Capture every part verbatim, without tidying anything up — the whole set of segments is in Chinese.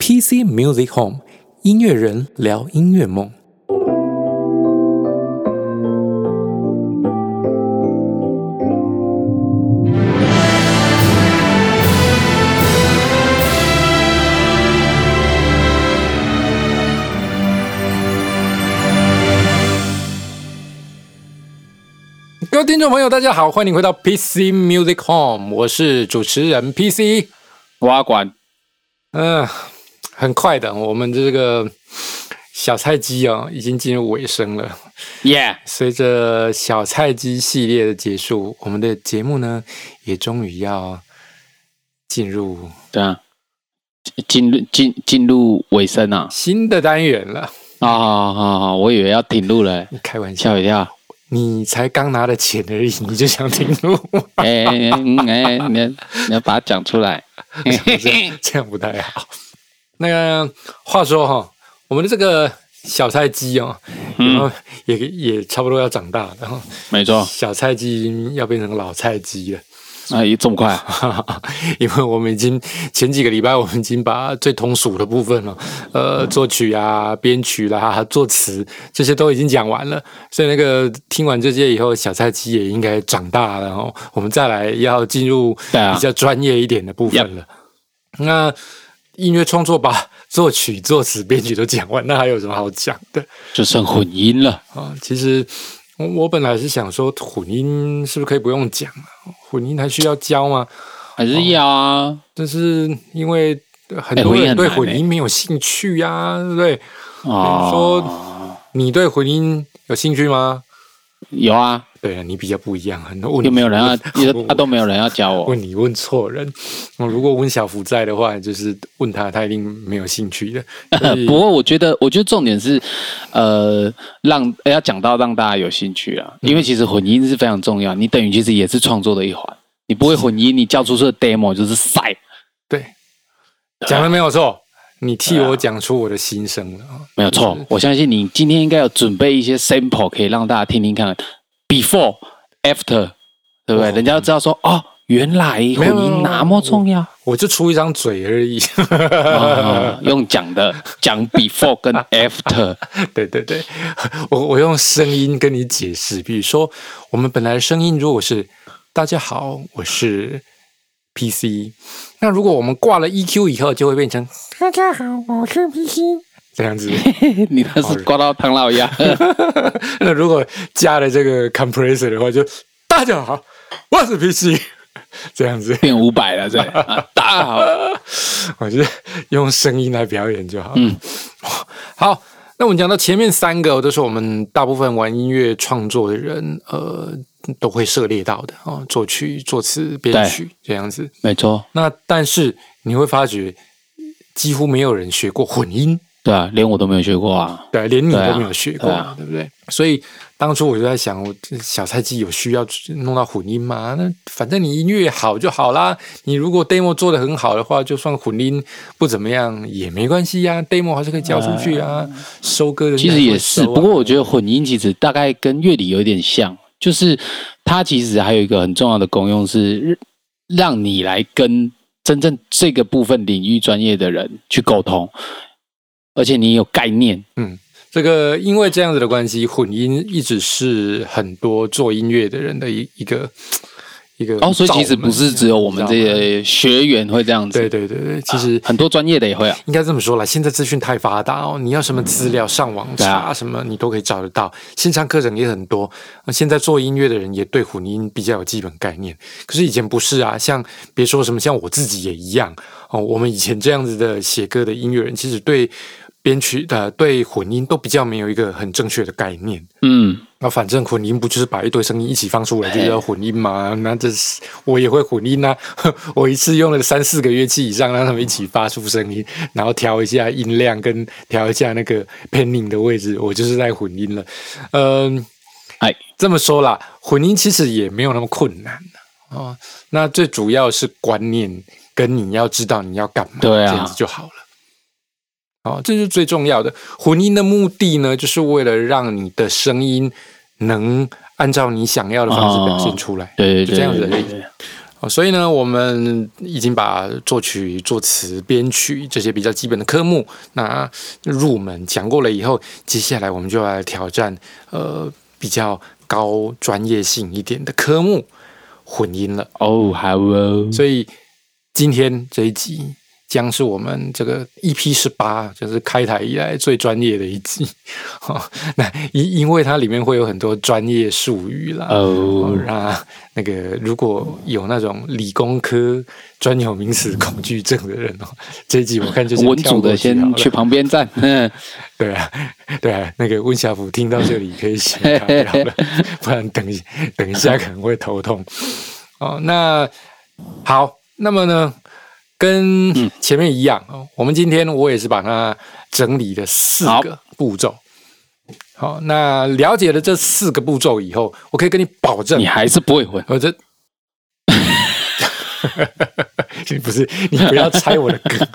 P C Music Home 音乐人聊音乐梦。各位听众朋友大家好，欢迎回到 P C Music Home， 我是主持人 P C 我阿管。 嗯、呃，很快的，我们这个小菜鸡啊、哦，已经进入尾声了。 耶！ 随着小菜鸡系列的结束，我们的节目呢，也终于要进入对啊，进入进进入尾声啊， 新的单元了。 啊，好好好，我以为要停录了， 你开玩笑， 吓我一跳。 你才刚拿了钱而已，你就想停录？ 哎哎哎，你你要把它讲出来， 这样不太好。那个话说哈，我们的这个小菜鸡哦，嗯，也也差不多要长大了，然后没错， 小菜鸡要变成老菜鸡了。 啊，这么快？ 因为我们已经前几个礼拜，我们已经把最通俗的部分了，呃，作曲啊、编曲啦、作词这些都已经讲完了。所以那个听完这些以后，小菜鸡也应该长大了，然后我们再来要进入比较专业一点的部分了。啊、那音乐创作把作曲、作词、编曲都讲完，那还有什么好讲的？ 就剩混音了啊！其实我本来是想说，混音是不是可以不用讲啊？混音还需要教吗？ 还是要啊？ 哦、但是因为很多人对混音没有兴趣呀、啊，对不对？哦，说你对混音有兴趣吗？ 有啊。 对啊，你比较不一样，很多问又没有人要，他都没有人要教我。 问你问错人。如果问小福在的话，就是问他，他一定没有兴趣的。 不过我觉得，我觉得重点是，呃，让要讲到让大家有兴趣啊，因为其实混音是非常重要，你等于其实也是创作的一环。你不会混音，你交出去的 demo 就是晒。 对，讲的没有错。你替我讲出我的心声了， 没有错。我相信你今天应该有准备一些 sample， 可以让大家听听看。Before, after， 对不对？人家就知道说，哦，原来混音那么重要。 我, 我就出一张嘴而已， 哦、用讲的讲 before 跟 after， 对对对，我我用声音跟你解释。比如说，我们本来的声音如果是大家好，我是 P C， 那如果我们挂了 E Q 以后，就会变成大家好，我是 P C。这样子， 你那是挂到唐老鸭。 那如果加了这个 compressor 的话，就大家好，我是 P C， 这样子变五百了，这啊、大家好， 我就用声音来表演就好。嗯，好，那我们讲到前面三个，都是我们大部分玩音乐创作的人，呃，都会涉猎到的啊、哦，作曲、作词、编曲这样子， 没错。 那但是你会发觉，几乎没有人学过混音。 对啊，连我都没有学过啊。 对，连你都没有学过， 对,、啊、 对, 对不对？所以当初我就在想，我小菜鸡有需要弄到混音吗？那反正你音乐好就好啦。你如果 demo 做得很好的话，就算混音不怎么样也没关系呀、啊、，demo 还是可以交出去啊。呃、收歌的、啊、 其实也是，不过我觉得混音其实大概跟乐理有点像，就是它其实还有一个很重要的功用是让你来跟真正这个部分领域专业的人去沟通。而且你有概念， 嗯，这个因为这样子的关系，混音一直是很多做音乐的人的一一个一个哦，所以其实不是只有我们这些学员会这样子， 对对对对，其实、 啊、很多专业的也会啊。 应该这么说啦，现在资讯太发达哦，你要什么资料上网查什么，你都可以找得到，线上课程也很多。现在做音乐的人也对混音比较有基本概念，可是以前不是啊，像别说什么，像我自己也一样哦，我们以前这样子的写歌的音乐人，其实对编曲的、呃、对混音都比较没有一个很正确的概念。嗯，那反正混音不就是把一堆声音一起放出来就叫混音吗？那这是我也会混音啊，我一次用了三四个乐器以上，让他们一起发出声音，然后调一下音量跟调一下那个 panning 的位置，我就是在混音了。嗯，哎，这么说啦，混音其实也没有那么困难哦。那最主要是观念跟你要知道你要干嘛，对啊，这样子就好了。哦，这是最重要的。混音的目的呢，就是为了让你的声音能按照你想要的方式表现出来。哦、 对对对， 就这样子而已。 所以呢，我们已经把作曲、作词、编曲这些比较基本的科目，那入门讲过了以后，接下来我们就来挑战呃比较高专业性一点的科目——混音了。 哦，好哦。 所以今天这一集将是我们这个 E P 十八，就是开台以来最专业的一集。哦、那因因为它里面会有很多专业术语啦，哦，让那个如果有那种理工科专有名词恐惧症的人哦，这一集我看就是文组的先去旁边站。嗯， 对啊，对啊，那个温小福听到这里可以先卡掉了，不然等一等一下可能会头痛。哦，那好，那么呢？跟前面一样，嗯、我们今天我也是把它整理了四个步骤。好，那了解了这四个步骤以后，我可以跟你保证， 你还是不会混。 我这不是你不要猜我的梗，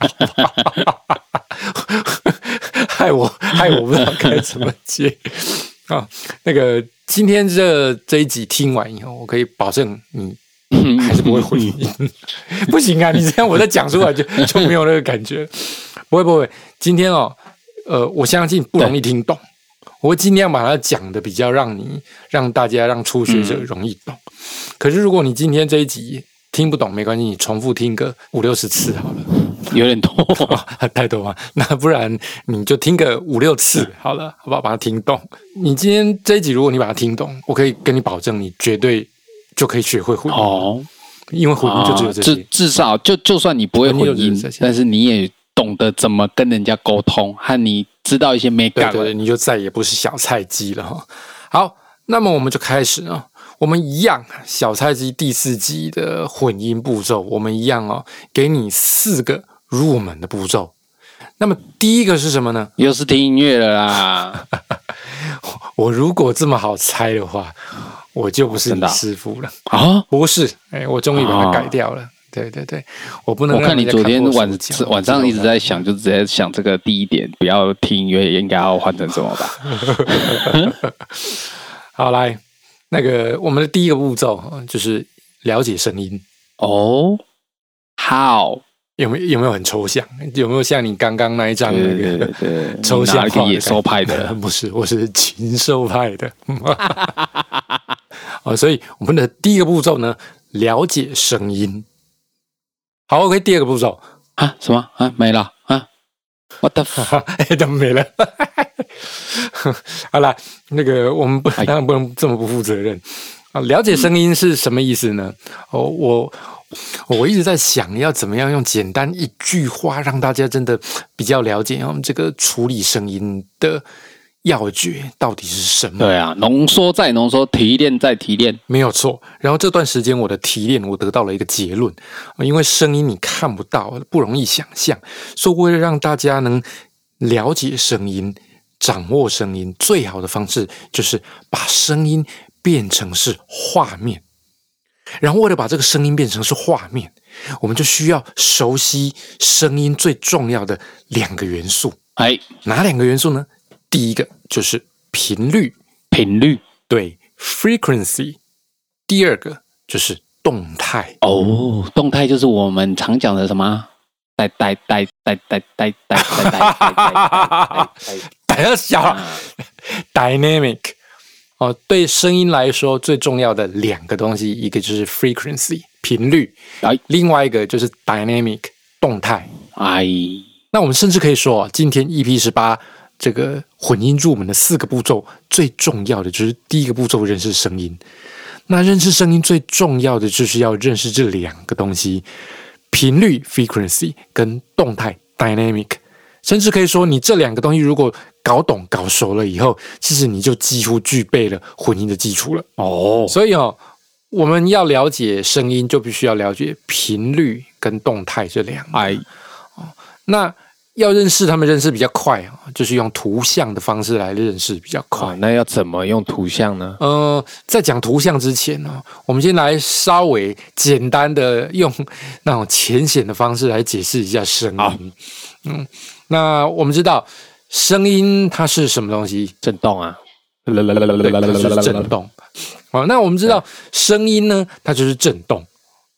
害我害我不知道该怎么接啊。那个今天这这一集听完以后，我可以保证你。还是不会混音，不行啊！你这样我再讲出来就就没有那个感觉。不会不会，今天哦，呃，我相信不容易听懂，我会尽量把它讲的比较让你让大家让初学者容易懂。嗯、可是如果你今天这一集听不懂，没关系，你重复听个五六十次好了。 有点多、 哦，太多吗？那不然你就听个五六次好了，好不好？把它听懂。你今天这一集如果你把它听懂，我可以跟你保证，你绝对。就可以学会混音哦，因为混音就只有这些。 至、哦、至少就就算你不会混音，但是你也懂得怎么跟人家沟通，和你知道一些美感， 对对，你就再也不是小菜鸡了哈。好，那么我们就开始啊，我们一样小菜鸡第四集的混音步骤，我们一样哦，给你四个入门的步骤。那么第一个是什么呢？ 又是听音乐了啦。 我如果这么好猜的话。我就不是你师傅了啊！ 不是，哎，我终于把它改掉了。啊、对对对，我不能让。 我看你昨天晚晚上一直在想，就直接想这个第一点，不要听音乐，应该要换成什么吧？ 好，来，那个我们的第一个步骤就是了解声音。 哦，好， 有没有有没有很抽象？有没有像你刚刚那一张那个抽象画野兽派的？ 不是，我是禽兽派的。哦，所以我们的第一个步骤呢，了解声音。好 ，OK， 第二个步骤啊，什么啊？没了啊 ？What the fuck？ 哎，怎么没了？好啦，那个我们不当然不能这么不负责任啊。了解声音是什么意思呢？哦，我我一直在想要怎么样用简单一句话让大家真的比较了解我们这个处理声音的。要诀到底是什么？ 对啊，浓缩再浓缩，提炼再提炼， 没有错。然后这段时间我的提炼，我得到了一个结论，因为声音你看不到，不容易想象，所以为了让大家能了解声音、掌握声音，最好的方式就是把声音变成是画面。然后为了把这个声音变成是画面，我们就需要熟悉声音最重要的两个元素。 哎， 哪两个元素呢？第一个就是频率， 频率对 frequency。第二个就是动态。 哦，动态就是我们常讲的什么？带带带带带带带带带带带要小了 ，dynamic。哦，对声音来说最重要的两个东西，一个就是 frequency 频率，另外一个就是 dynamic 动态。 哎， 那我们甚至可以说，今天 E P 十八。这个混音入门的四个步骤，最重要的就是第一个步骤认识声音。那认识声音最重要的就是要认识这两个东西：频率 frequency 跟动态 dynamic。甚至可以说，你这两个东西如果搞懂、搞熟了以后，其实你就几乎具备了混音的基础了。 哦， 所以哦，我们要了解声音，就必须要了解频率跟动态这两个。 哎， 哦，那。要认识他们认识比较快，就是用图像的方式来认识比较快。 哦、那要怎么用图像呢？ 呃，在讲图像之前呢，我们先来稍微简单的用那种浅显的方式来解释一下声音。嗯，那我们知道声音它是什么东西？ 震动啊， 对，它是震动。好，那我们知道声音呢，它就是震动。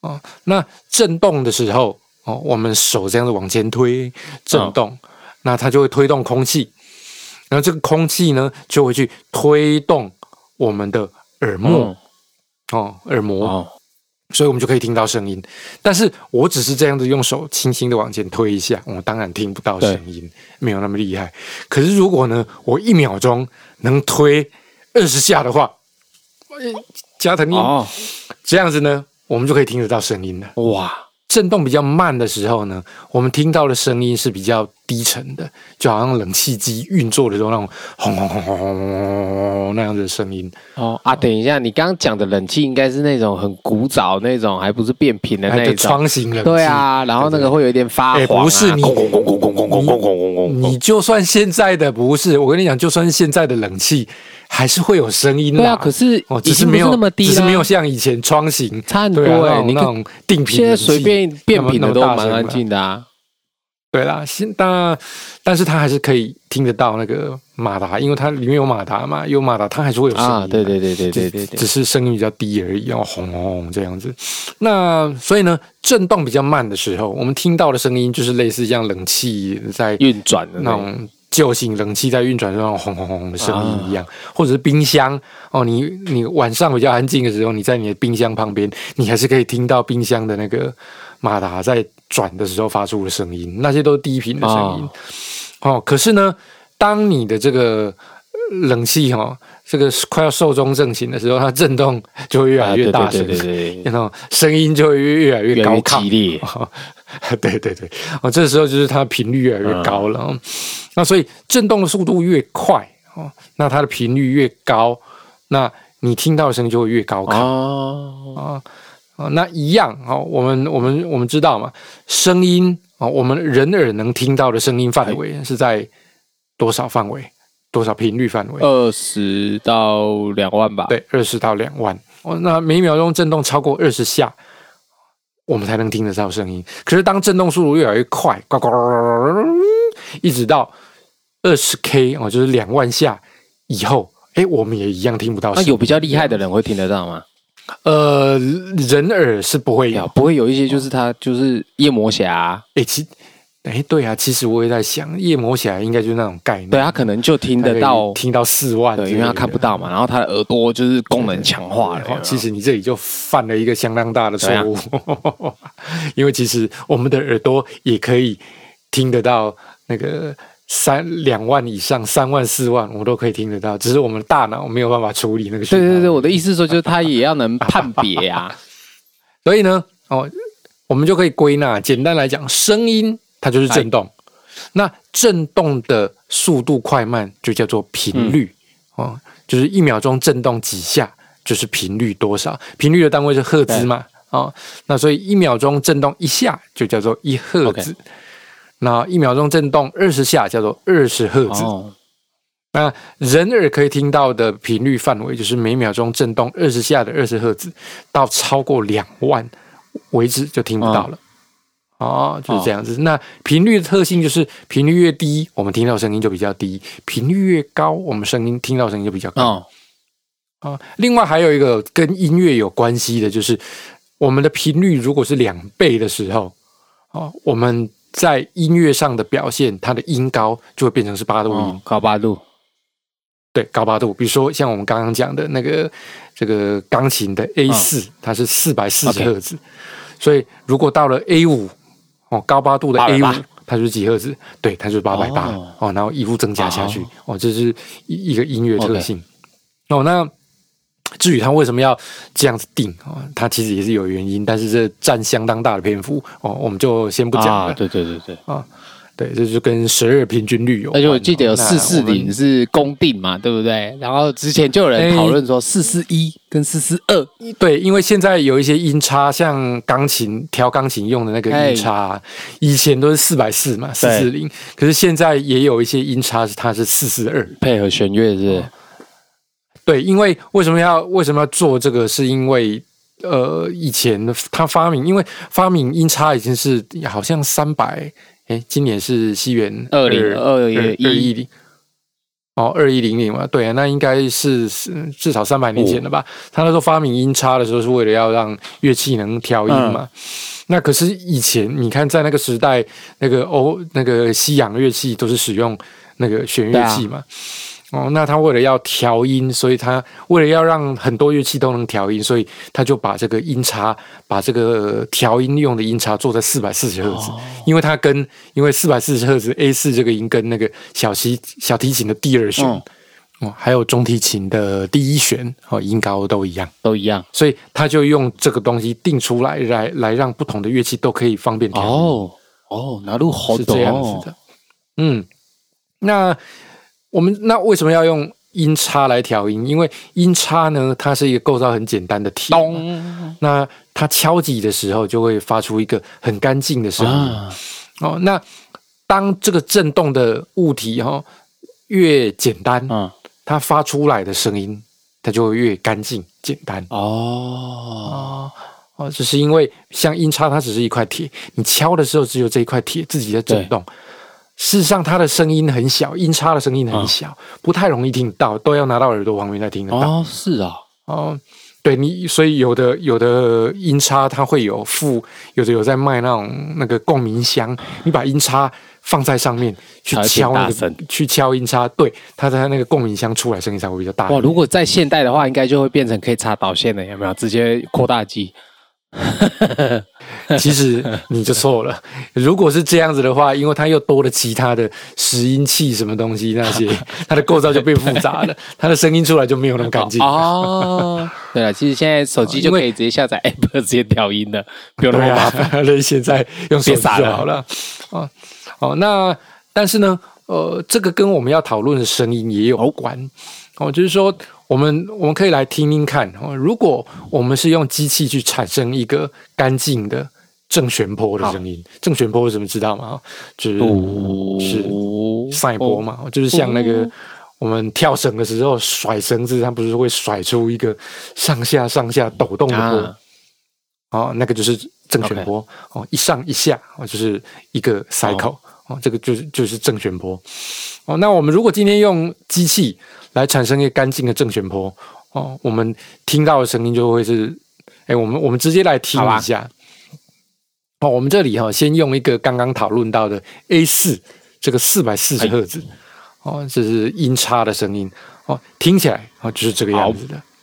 哦，那震动的时候哦，我们手这样子往前推，震动，哦、那它就会推动空气，然后这个空气呢就会去推动我们的耳膜，哦，哦耳膜。哦所以我们就可以听到声音，但是我只是这样子用手轻轻的往前推一下，我当然听不到声音，没有那么厉害。可是如果呢，我一秒钟能推二十下的话，加藤鹰、哦、这样子呢，我们就可以听得到声音了。哇！震动比较慢的时候呢，我们听到的声音是比较低沉的，就好像冷气机运作的时候那种轰轰轰轰轰那样子的声音。 哦啊，等一下，你刚刚讲的冷气应该是那种很古早那种，还不是变频的那种窗型冷气。 对啊，然后那个会有一点发黄、啊。 不是你，你就算现在的不是，我跟你讲，就算是现在的冷气。还是会有声音的， 对啊，可是哦，只是没有那么低， 只是没有像以前窗型差很多哎、欸， 你那种定频， 现在随便变频的都蛮安静的啊。 对啦，现但但是它还是可以听得到那个马达，因为它里面有马达嘛，有马达它还是会有声音啊。 对对对对对对对， 只是声音比较低而已，然后轰轰轰这样子。那所以呢，震动比较慢的时候，我们听到的声音就是类似像冷气在运转的那种。旧型冷气在运转那种轰轰轰的声音一样，啊、或者是冰箱哦，你你晚上比较安静的时候，你在你的冰箱旁边，你还是可以听到冰箱的那个马达在转的时候发出的声音，那些都是低频的声音。啊、哦，可是呢，当你的这个冷气哈、哦，这个快要寿终正寝的时候，它震动就会越来越大声，啊、对对对对，然后声音就会越来越高亢， 激烈。 哦对对对，哦，这时候就是它频率越来越高了，嗯、那所以震动的速度越快哦，那它的频率越高，那你听到的声音就会越高亢哦啊、哦、那一样哦，我们我们我们知道嘛，声音哦，我们人耳能听到的声音范围是在多少范围？多少频率范围？ 二十到两万吧。 对，二十到两万哦，那每秒钟震动超过二十下。我们才能听得到声音。可是当震动速度越来越快，呱呱，一直到二十 K 哦，就是两万下以后，哎，我们也一样听不到声音。 那有比较厉害的人会听得到吗？ 呃，人耳是不会有， 不会有一些就是他就是夜魔侠， 哎，其哎对啊，其实我也在想，夜魔侠应该就是那种概念， 对他可能就听得到， 听到四万， 对，因为他看不到嘛，然后他的耳朵就是功能强化了。 其实你这里就犯了一个相当大的错误，啊、因为其实我们的耳朵也可以听得到那个三两万以上、三万、四万，我们都可以听得到，只是我们大脑没有办法处理那个讯号。 对对对，我的意思说就是他也要能判别啊， 所以呢，哦，我们就可以归纳，简单来讲，声音。它就是震动，那震动的速度快慢就叫做频率、嗯哦、就是一秒钟震动几下就是频率多少，频率的单位是赫兹嘛、哦、那所以一秒钟震动一下就叫做一赫兹， okay. 那一秒钟震动二十下叫做二十赫兹、哦、那人耳可以听到的频率范围就是每秒钟震动二十下的二十赫兹到超过两万为止就听不到了、哦哦，就是这样子。哦、那频率的特性就是频率越低，我们听到声音就比较低；频率越高，我们声音听到声音就比较高。哦，哦另外还有一个跟音乐有关系的，就是我们的频率如果是两倍的时候，哦，我们在音乐上的表现，它的音高就会变成是八度音，哦、 高八度。 对，高八度。比如说像我们刚刚讲的那个这个钢琴的 A 四、哦，它是四百四十赫兹，所以如果到了 A 五。哦，高八度的 A 五，它就是几赫兹？对，它就是八百八哦，然后一路增加下去哦，哦这是一个音乐特性、okay. 哦。那至于它为什么要这样子定哦，它其实也是有原因，但是这占相当大的篇幅哦，我们就先不讲了。 啊、对对对对啊。对，这就跟十二平均率有关。 而且我记得有四四零是公定嘛，对不对？然后之前就有人讨论说四四一跟四四二， 对，因为现在有一些音差，像钢琴调钢琴用的那个音差，以前都是四百四嘛，四四零，可是现在也有一些音差是它是四四二， 配合弦乐是不是、哦。 对，因为为什么要为什么要做这个？是因为呃，以前他发明，因为发明音差已经是好像三百。哎，今年是西元二零二一零， 哦，二一零零嘛，对啊，那应该是至少三百年前了吧？哦、他那时候发明音叉的时候，是为了要让乐器能调音嘛。嗯、那可是以前你看，在那个时代，那个欧那个西洋乐器都是使用那个弦乐器嘛。哦，那他为了要调音，所以他为了要让很多乐器都能调音，所以他就把这个音叉，把这个调音用的音叉做在四百四十赫兹，因为它跟因为四百四十赫兹 A 四 这个音跟那个小提小提琴的第二弦，哦、嗯，还有中提琴的第一弦哦，音高都一样， 都一样， 所以他就用这个东西定出来，来来让不同的乐器都可以方便调音。 哦哦，なるほど， 是这样子的。嗯，那。我们那为什么要用音叉来调音？因为音叉呢，它是一个构造很简单的铁，那它敲击的时候就会发出一个很干净的声音。啊、哦，那当这个震动的物体哈、哦、越简单，嗯、它发出来的声音它就会越干净简单。哦哦，这是因为像音叉，它只是一块铁，你敲的时候只有这一块铁自己在震动。事实上，它的声音很小，音叉的声音很小，嗯、不太容易听得到，都要拿到耳朵旁边才听得到。 哦，是啊， 哦，对你，所以有的有的音叉它会有附，有的有在卖那种那个共鸣箱，你把音叉放在上面去敲那个，去敲音叉，对，它在那个共鸣箱出来声音才会比较大。 哇，如果在现代的话，应该就会变成可以插导线的，有没有？直接扩大机。 其实你就错了。如果是这样子的话，因为它又多了其他的拾音器什么东西那些，它的构造就变复杂了，它的声音出来就没有那么干净。 哦，对了，其实现在手机就可以直接下载 app 直接调音的，不用那么麻烦。 对、啊，现在用手机就好了。哦哦，那但是呢，呃，这个跟我们要讨论的声音也有关。哦，就是说，我们我们可以来听听看哦。如果我们是用机器去产生一个干净的正弦波的声音，正弦波是什么知道吗？就是、哦、是赛波嘛，哦、就是像那个我们跳绳的时候甩绳子，它不是会甩出一个上下上下抖动的波？啊、哦，那个就是正弦波。Okay. 哦，一上一下哦，就是一个 cycle。哦哦，这个就是就是正弦波。哦，那我们如果今天用机器来产生一个干净的正弦波，哦，我们听到的声音就会是，哎，我们我们直接来听一下。哦，我们这里哈、哦，先用一个刚刚讨论到的 A 四 这个四百四十赫兹，哦，这是音叉的声音，哦，听起来哦就是这个样子的。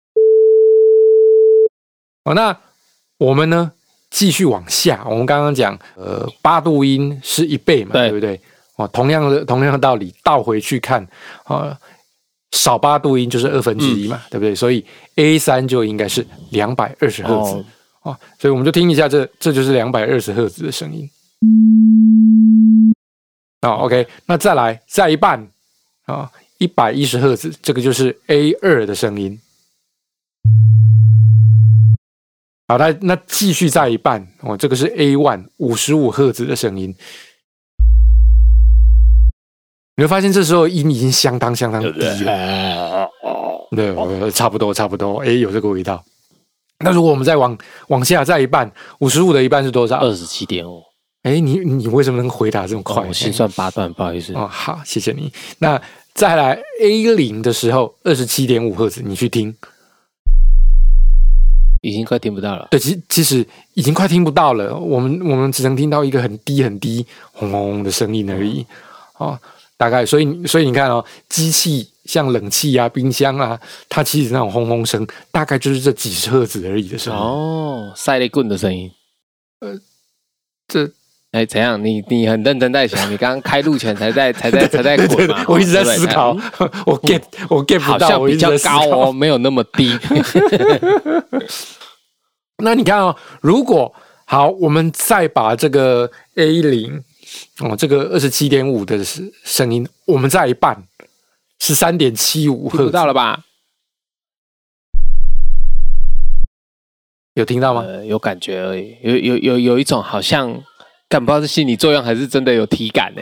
哦，那我们呢？继续往下，我们刚刚讲，呃，八度音是一倍嘛， 对, 对不对？哦，同样的同样的道理，倒回去看，啊、呃，少八度音就是二分之一嘛，嗯、对不对？所以 A 三 就应该是两百二十赫兹，哦，哦，所以我们就听一下这，这就是两百二十赫兹的声音。哦 ，OK， 那再来再一半啊，一百一十赫兹，这个就是 A 二 的声音。好，那那继续再一半哦，这个是 A 一 五十五赫兹的声音，你会发现这时候音已经相当相当低了，对，差不多差不多，哎，有这个味道。那如果我们再往往下再一半，五十五的一半是多少？ 二十七点五。 哎，你你为什么能回答这么快？ 哦、我心算八段，不好意思。 哦，好，谢谢你。那再来 A 零 的时候，二十七点五赫兹，你去听。 已经快听不到了。 对，其其实已经快听不到了。我们我们只能听到一个很低很低轰轰的声音而已。哦，大概所以所以你看哦，机器像冷气啊、冰箱啊，它其实那种轰轰声，大概就是这几十赫兹而已的声音。 哦，塞雷棍的声音。 呃，这哎怎样？你你很认真在想，你刚刚开录前才在才在才在滚嘛？ 我一直在思考，我 get 我 get 不到， 好像比较高哦，没有那么低。 那你看哦，如果好，我们再把这个 A 零 哦，这个二十七点五的声音，我们再一半，十三点七五赫兹， 听不到了吧？ 有听到吗？ 呃，有感觉而已，有有有有一种好像，干不知道是心理作用还是真的有体感呢？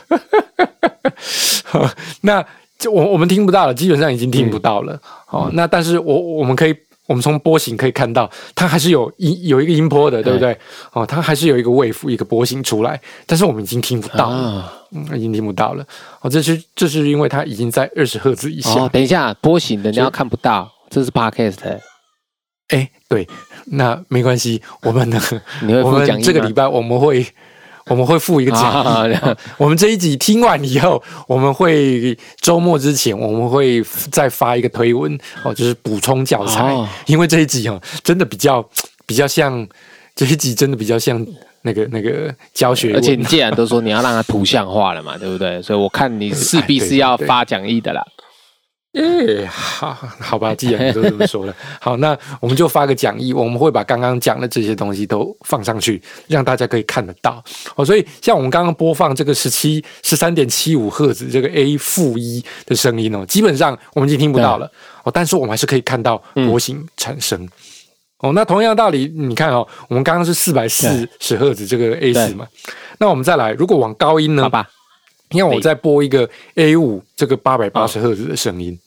那就我我们听不到了，基本上已经听不到了。嗯、哦，那但是我我们可以。我们从波形可以看到，它还是有音有一个音波的，对不对？哦，它还是有一个 wave 一个波形出来，但是我们已经听不到了。啊、 嗯，已经听不到了。哦，这是这是因为它已经在二十赫兹以下。 哦，等一下，波形人家看不到，这是 podcast。 哎、欸，对，那没关系，我们呢？ 你会附讲义吗？ 这个礼拜我们会我们会附一个讲义。啊、我们这一集听完以后，我们会周末之前我们会再发一个推文哦，就是补充教材，哦、因为这一集哦真的比较比较像这一集真的比较像那个那个教学， 而且你既然都说你要让它图像化了嘛，对不对？所以我看你势必是要发讲义的啦。 哎、欸，好，好吧，既然你都这么说了，好，那我们就发个讲义，我们会把刚刚讲的这些东西都放上去，让大家可以看得到。哦，所以像我们刚刚播放这个十七十三点七五赫兹这个 A 负一的声音哦，基本上我们已经听不到了哦，但是我们还是可以看到波形产生。嗯、哦，那同样的道理，你看哦，我们刚刚是四百四十赫兹这个 A 四嘛，那我们再来，如果往高音呢？你看我再播一个 A 五这个八百八十赫兹的声音。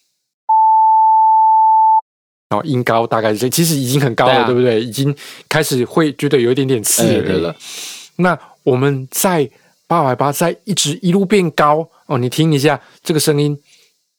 然后音高大概是这，其实已经很高了， 对,、啊、对不对？已经开始会觉得有一点点刺耳了。那我们在八百八再一直一路变高哦，你听一下这个声音，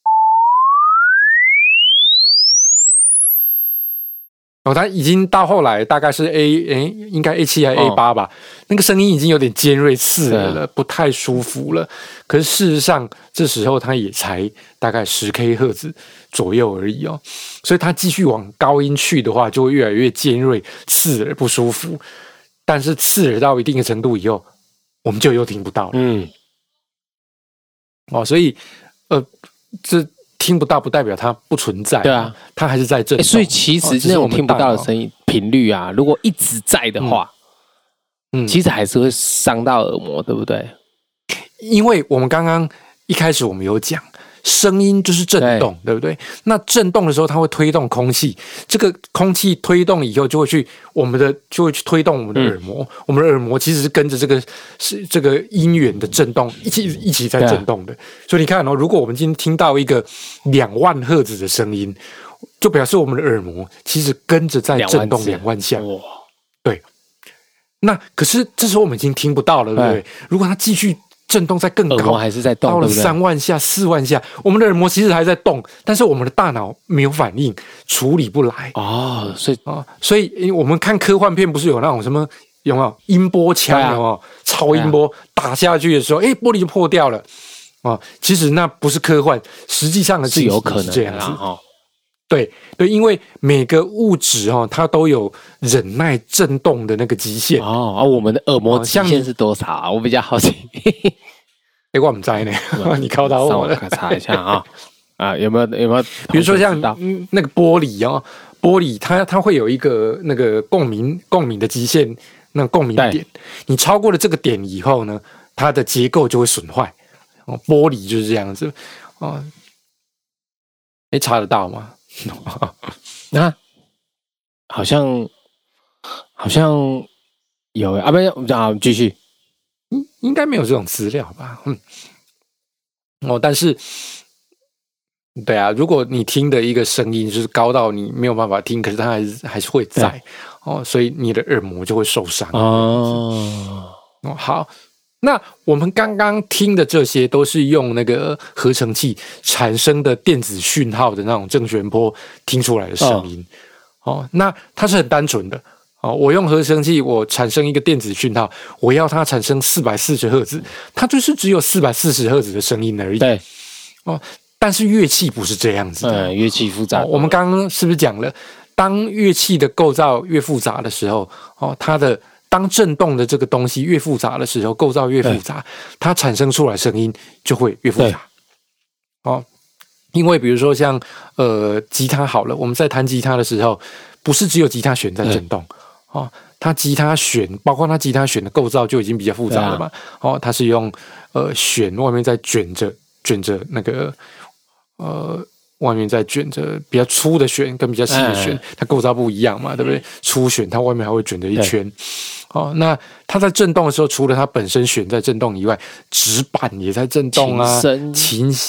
哦，它已经到后来大概是 A 诶，应该 A 七还是 A 八吧、哦，那个声音已经有点尖锐刺耳了，不太舒服了。可是事实上，这时候它也才大概十 K 赫兹左右而已哦，所以它继续往高音去的话，就会越来越尖锐、刺耳、不舒服。但是刺耳到一定的程度以后，我们就又听不到了。嗯，哦，所以呃，这听不到不代表它不存在，对啊，它还是在震动。 所以其实那种听不到的声音频率啊，如果一直在的话，嗯，其实还是会伤到耳膜，对不对？ 因为我们刚刚一开始我们有讲。声音就是震动， 对, 对不对？那震动的时候，它会推动空气，这个空气推动以后，就会去我们的，就会去推动我们的耳膜。嗯、我们的耳膜其实是跟着这个是这个音源的震动一起一起在震动的。所以你看哦，如果我们今天听到一个两万赫兹的声音，就表示我们的耳膜其实跟着在震动两万下。哇，对。那可是这时候我们已经听不到了，对不对？如果它继续震动再更高， 耳膜还是在动， 到了三万下、四万下，我们的耳膜其实还在动，但是我们的大脑没有反应，处理不来哦。所以哦，所以我们看科幻片不是有那种什么有没有音波枪有没有、啊、超音波打下去的时候，哎、欸，玻璃就破掉了哦。其实那不是科幻，实际上的是有可能是这样子哦。对对，因为每个物质哦，它都有忍耐震动的那个极限哦。啊，我们的耳膜极限是多少啊？我比较好奇。 哎、欸，我不知道呢，你考到我了。 上网查一下啊啊，有没有有没有？ 比如说像那个玻璃哦，玻璃它它会有一个那个共鸣共鸣的极限，那个共鸣点，你超过了这个点以后呢，它的结构就会损坏。哦，玻璃就是这样子哦。哎、欸，查得到吗？ 啊，好像好像有啊，不是啊，继续， 应应该没有这种资料吧？嗯，哦，但是，对啊，如果你听的一个声音就是高到你没有办法听，可是它还是还是会在哦，所以你的耳膜就会受伤哦。哦，好。那我们刚刚听的这些都是用那个合成器产生的电子讯号的那种正弦波听出来的声音 哦, 哦，那它是很单纯的哦。我用合成器，我产生一个电子讯号，我要它产生四百四十赫兹，它就是只有四百四十赫兹的声音而已。 对， 哦，但是乐器不是这样子的， 嗯，乐器复杂、 哦。我们刚刚是不是讲了，当乐器的构造越复杂的时候，哦，它的当震动的这个东西越复杂的时候，构造越复杂，它产生出来声音就会越复杂。哦，因为比如说像呃吉他好了，我们在弹吉他的时候，不是只有吉他弦在震动哦，它吉他弦包括它吉他弦的构造就已经比较复杂了嘛。啊、哦，它是用呃弦外面再卷着卷着那个呃。外面再卷着比较粗的弦跟比较细的弦，嗯、它构造不一样嘛，对不对？粗弦它外面还会卷着一圈，哦，那它在震动的时候，除了它本身弦在震动以外，指板也在震动啊，琴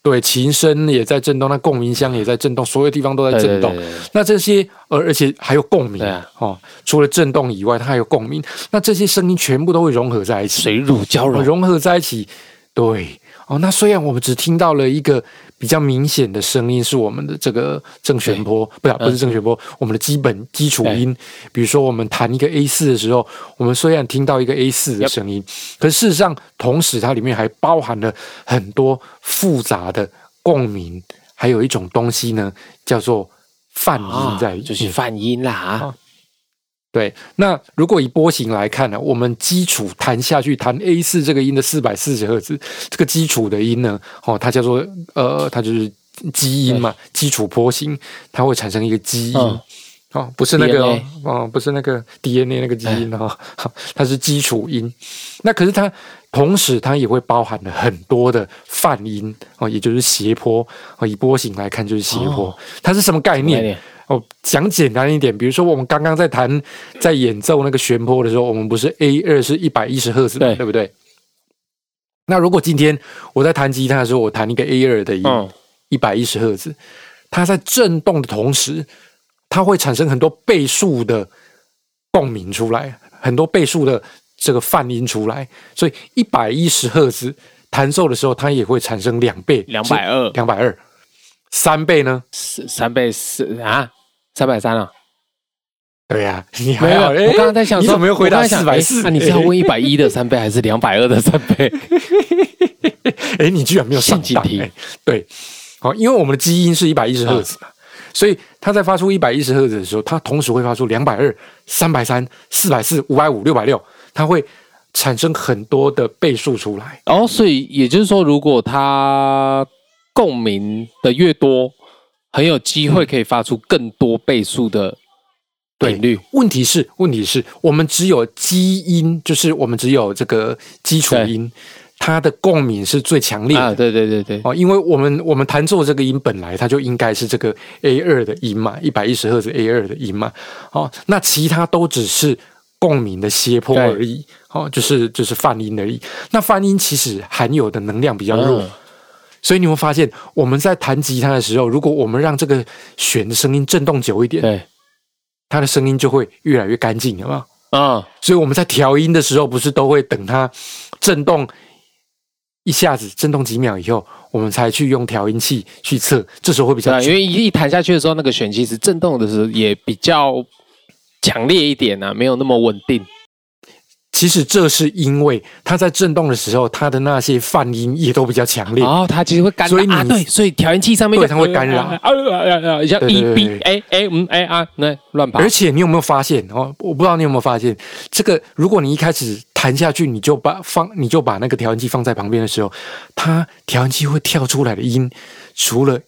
对，琴声也在震动，那共鸣箱也在震动，所有地方都在震动。 对对对对那这些，而而且还有共鸣、 啊、 哦，除了震动以外，它还有共鸣。那这些声音全部都会融合在一起， 水乳交融， 融合在一起。对，哦，那虽然我们只听到了一个比较明显的声音，是我们的这个正弦波，不是不是正弦波，嗯、我们的基本基础音。比如说，我们弹一个 A 四的时候，我们虽然听到一个 A 四的声音，可是事实上，同时它里面还包含了很多复杂的共鸣，还有一种东西呢，叫做泛音在， 哦、就是泛音啦。啊对，那如果以波形来看呢，我们基础弹下去，弹 A 四这个音的四百四十赫兹，这个基础的音呢，哦，它叫做呃，它就是基音嘛，基础波形，它会产生一个基音，嗯、哦，不是那个哦，哦，不是那个 D N A 那个基因哦，它是基础音。那可是它同时它也会包含了很多的泛音哦，也就是斜波哦，以波形来看就是斜波，哦、它是什么概念？哦，讲简单一点，比如说我们刚刚在弹在演奏那个弦波的时候，我们不是 A 二 是一百一十赫兹，对不对？那如果今天我在弹吉他的时候，我弹一个 A 二 的音，一百一十赫兹，它在震动的同时，它会产生很多倍数的共鸣出来，很多倍数的这个泛音出来，所以一百一十赫兹弹奏的时候，它也会产生两倍， 两百二， 两百二。三倍呢？ 三倍是啊，三百三啊。 对呀、啊，你还好。 我刚刚在想说， 你怎么又回答四百四？ 那你是要问一百一的三倍，还是两百二的三倍？ 哎，你居然没有上当题。对，好，因为我们的基因是一百一十赫兹嘛，啊、所以它在发出一百一十赫兹的时候，它同时会发出两百二、三百三、四百四、五百五、六百六，它会产生很多的倍数出来。 哦，所以也就是说，如果它共鸣的越多，很有机会可以发出更多倍数的频率。 问题是，问题是我们只有基因，就是我们只有这个基础音，它的共鸣是最强烈的。 啊，对对对对。 哦，因为我们我们弹奏这个音本来它就应该是这个 A 二 的音嘛，一百一十赫兹 A 二 的音嘛。哦，那其他都只是共鸣的斜坡而已。哦，就是就是泛音而已。那泛音其实含有的能量比较弱。嗯，所以你会发现，我们在弹吉他的时候，如果我们让这个弦的声音震动久一点， 对， 它的声音就会越来越干净，有没有？ 啊、嗯， 所以我们在调音的时候，不是都会等它震动一下子，震动几秒以后，我们才去用调音器去测，这时候会比较准。 因为一弹下去的时候，那个弦其实震动的时候也比较强烈一点啊，没有那么稳定。 其实这是因为它在震动的时候，它的那些泛音也都比较强烈， 哦，它其实会干扰， 所以你啊，对，所以调音器上面对它会干扰，啊啊啊啊，像 E B A A 嗯 A 啊，那乱跑。 而且你有没有发现哦？我不知道你有没有发现，这个如果你一开始弹下去，你就把放你就把那个调音器放在旁边的时候，它调音器会跳出来的音，除了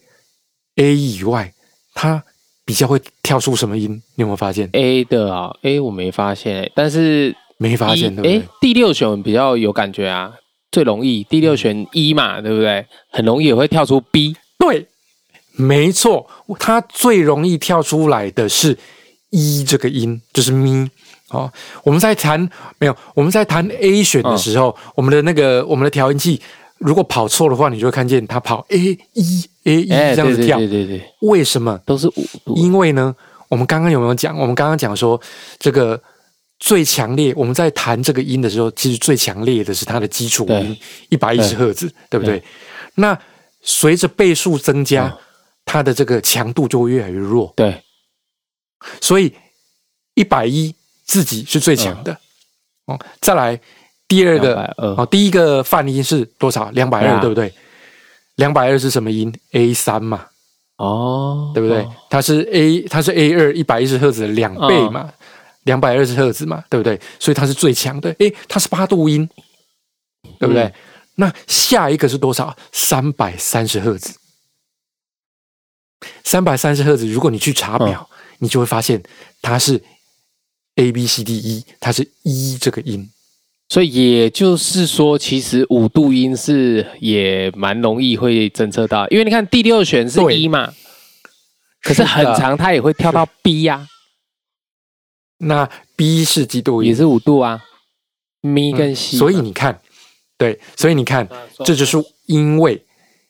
A 以外，它比较会跳出什么音？你有没有发现 ？A 的啊 ，A 我没发现，但是。 没发现对不对？ 哎，第六弦比较有感觉啊，最容易第六弦 E 嘛，对不对？很容易也会跳出 B。 对，没错，它最容易跳出来的是 E 这个音，就是咪。哦，我们在弹没有？我们在弹 A 弦的时候，嗯、我们的那个我们的调音器如果跑错的话，你就会看见它跑 A E A E 这样子跳。 对对对对， 为什么？ 都是五度。 因为呢，我们刚刚有没有讲？我们刚刚讲说这个。最强烈，我们在弹这个音的时候，其实最强烈的是它的基础音一百一十赫兹，对不对？对，那随着倍数增加，嗯、它的这个强度就会越来越弱。 对， 所以一百一自己是最强的。嗯、哦，再来第二个，哦，第一个泛音是多少？两百二，对不对？两百二是什么音 ？A 三嘛。 哦， 对不对？哦、它是 A， 它是 A 二一百一十赫兹的两倍嘛。哦，两百二十赫兹嘛，对不对？所以它是最强的。诶，它是八度音，对不对？嗯、那下一个是多少？三百三十赫兹。三百三十赫兹，如果你去查表，嗯、你就会发现它是 A B C D E， 它是 E 这个音。 所以也就是说，其实五度音是也蛮容易会侦测到，因为你看第六弦是 E 嘛，可是很长它也会跳到 B 呀、啊。 那 B 是几度音？ 也是五度啊，咪跟西、 嗯。所以你看，对，所以你看，这就是因为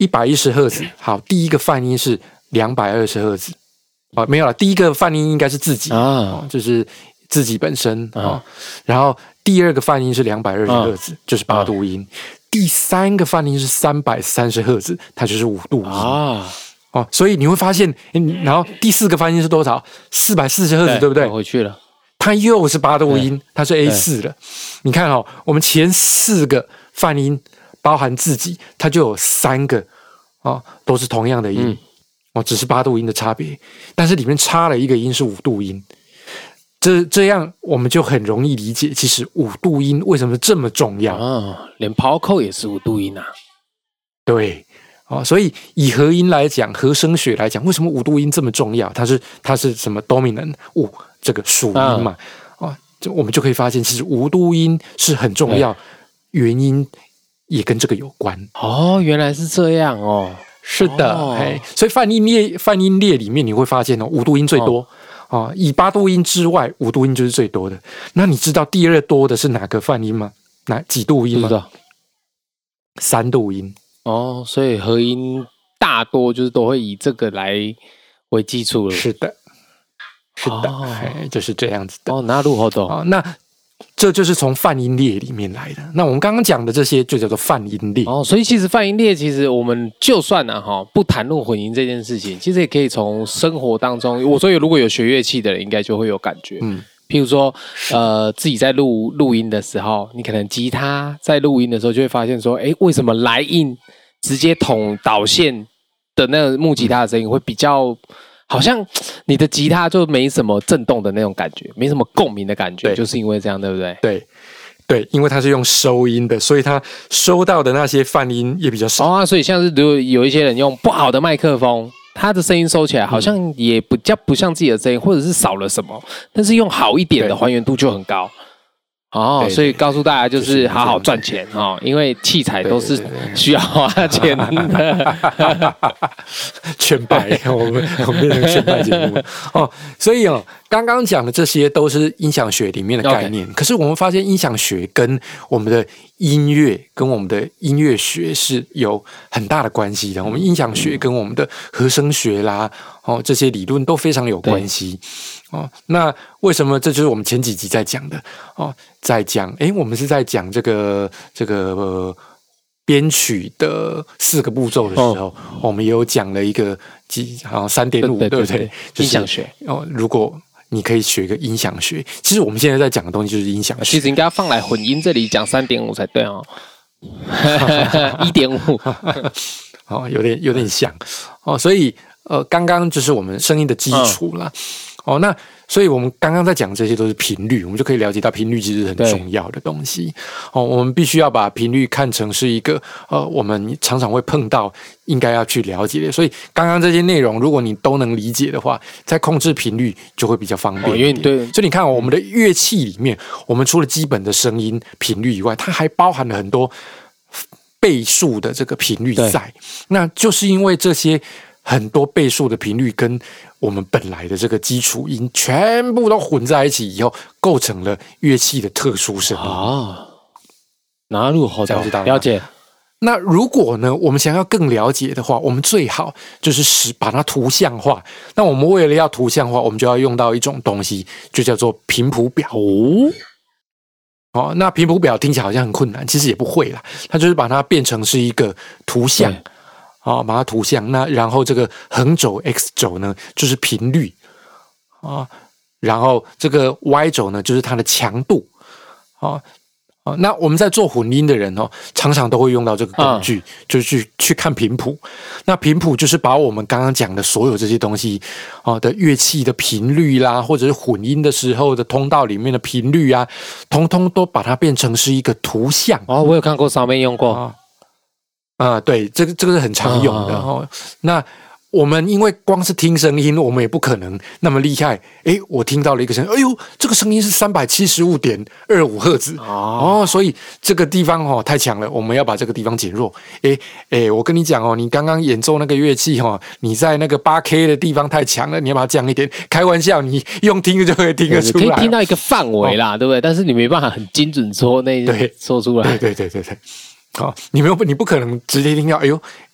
一百一十赫兹，好，第一个泛音是两百二十赫兹，啊，没有了，第一个泛音应该是自己啊、哦，就是自己本身啊、哦，然后第二个泛音是两百二十赫兹，就是八度音，第三个泛音是三百三十赫兹，它就是五度音啊。哦，所以你会发现，然后第四个泛音是多少？四百四十赫兹， 对, 对不对？ 回去了， 它又是八度音，它是 A 四 的。你看哦，我们前四个泛音包含自己，它就有三个哦，都是同样的音、嗯、哦，只是八度音的差别，但是里面插了一个音是五度音。这这样我们就很容易理解，其实五度音为什么这么重要啊、 哦？连抛扣也是五度音啊？ 对。哦，所以以和音来讲，和声学来讲，为什么五度音这么重要？它是它是什么 dominant 五这个属音嘛？啊、哦，就我们就可以发现，其实五度音是很重要，原因也跟这个有关。 哦，原来是这样哦。 是的，哦、嘿，所以泛音列泛音列里面你会发现哦，五度音最多啊、哦哦，以八度音之外，五度音就是最多的。那你知道第二多的是哪个泛音吗？哪几度音吗？ 不知道， 三度音。 哦，所以和音大多就是都会以这个来为基础了。 是的，是的，哦、就是这样子的。 哦，那如何懂？ 哦，那这就是从泛音列里面来的。那我们刚刚讲的这些就叫做泛音列。 哦，所以其实泛音列，其实我们就算啊哈不谈论混音这件事情，其实也可以从生活当中，我说如果有学乐器的人，应该就会有感觉。嗯。譬如说，呃，自己在录录音的时候，你可能吉他在录音的时候就会发现说，哎，为什么来印直接捅导线的那个木吉他的声音会比较，好像你的吉他就没什么震动的那种感觉，没什么共鸣的感觉，就是因为这样，对不对？ 对，对，因为它是用收音的，所以它收到的那些泛音也比较少。 哦、啊，所以像是如果有一些人用不好的麦克风。他的声音收起来好像也比较不像自己的声音，或者是少了什么，但是用好一点的还原度就很高。哦，所以告诉大家就是好好赚钱哦，因为器材都是需要花钱的。 全败，我们我们变成全败节目哦。所以哦，刚刚讲的这些都是音响学里面的概念。Okay. 可是我们发现音响学跟我们的音乐跟我们的音乐学是有很大的关系的。我们音响学跟我们的和声学啦，哦，这些理论都非常有关系。哦，那为什么？这就是我们前几集在讲的哦，在讲，诶，我们是在讲这个这个呃编曲的四个步骤的时候，哦、我们也有讲了一个几好像三点五，对不对？ 音响学哦，如果你可以学个音响学，其实我们现在在讲的东西就是音响学， 其实应该放来混音这里讲三点五才对哦，一点五， 哦，有点有点像哦，所以呃，刚刚就是我们声音的基础啦。嗯哦，那所以我们刚刚在讲这些都是频率，我们就可以了解到频率其实很重要的东西。哦，我们必须要把频率看成是一个呃，我们常常会碰到，应该要去了解的。所以刚刚这些内容，如果你都能理解的话，在控制频率就会比较方便一点。哦，因为对，所以你看，哦，我们的乐器里面，我们除了基本的声音频率以外，它还包含了很多倍数的这个频率在。那就是因为这些很多倍数的频率跟我们本来的这个基础音全部都混在一起以后，构成了乐器的特殊声音啊。哪路好这样知道了解？ 那如果呢，我们想要更了解的话，我们最好就是使把它图像化。那我们为了要图像化，我们就要用到一种东西，就叫做频谱表。哦，哦，那频谱表听起来好像很困难，其实也不会啦。它就是把它变成是一个图像。啊、哦，把它图像，那然后这个横轴 x 轴呢，就是频率啊、哦，然后这个 y 轴呢，就是它的强度啊啊、哦。那我们在做混音的人哦，常常都会用到这个工具，嗯、就是去去看频谱。那频谱就是把我们刚刚讲的所有这些东西啊、哦、的乐器的频率啦，或者是混音的时候的通道里面的频率啊，通通都把它变成是一个图像。 哦，我有看过，上面用过。哦啊、呃，对，这个这个是很常用的哦。哦那我们因为光是听声音，我们也不可能那么厉害。诶，我听到了一个声音，哎呦，这个声音是三百七十五点二五赫兹哦，哦，所以这个地方哦太强了，我们要把这个地方减弱。诶诶，我跟你讲哦，你刚刚演奏那个乐器哦，你在那个八 K 的地方太强了，你要把它降一点。开玩笑，你用听的就可以听得出来， 可以听到一个范围啦，哦、对不对？但是你没办法很精准说那对说出来， 对对对对对。好、哦，你没有，你不可能直接听到，哎呦，诶，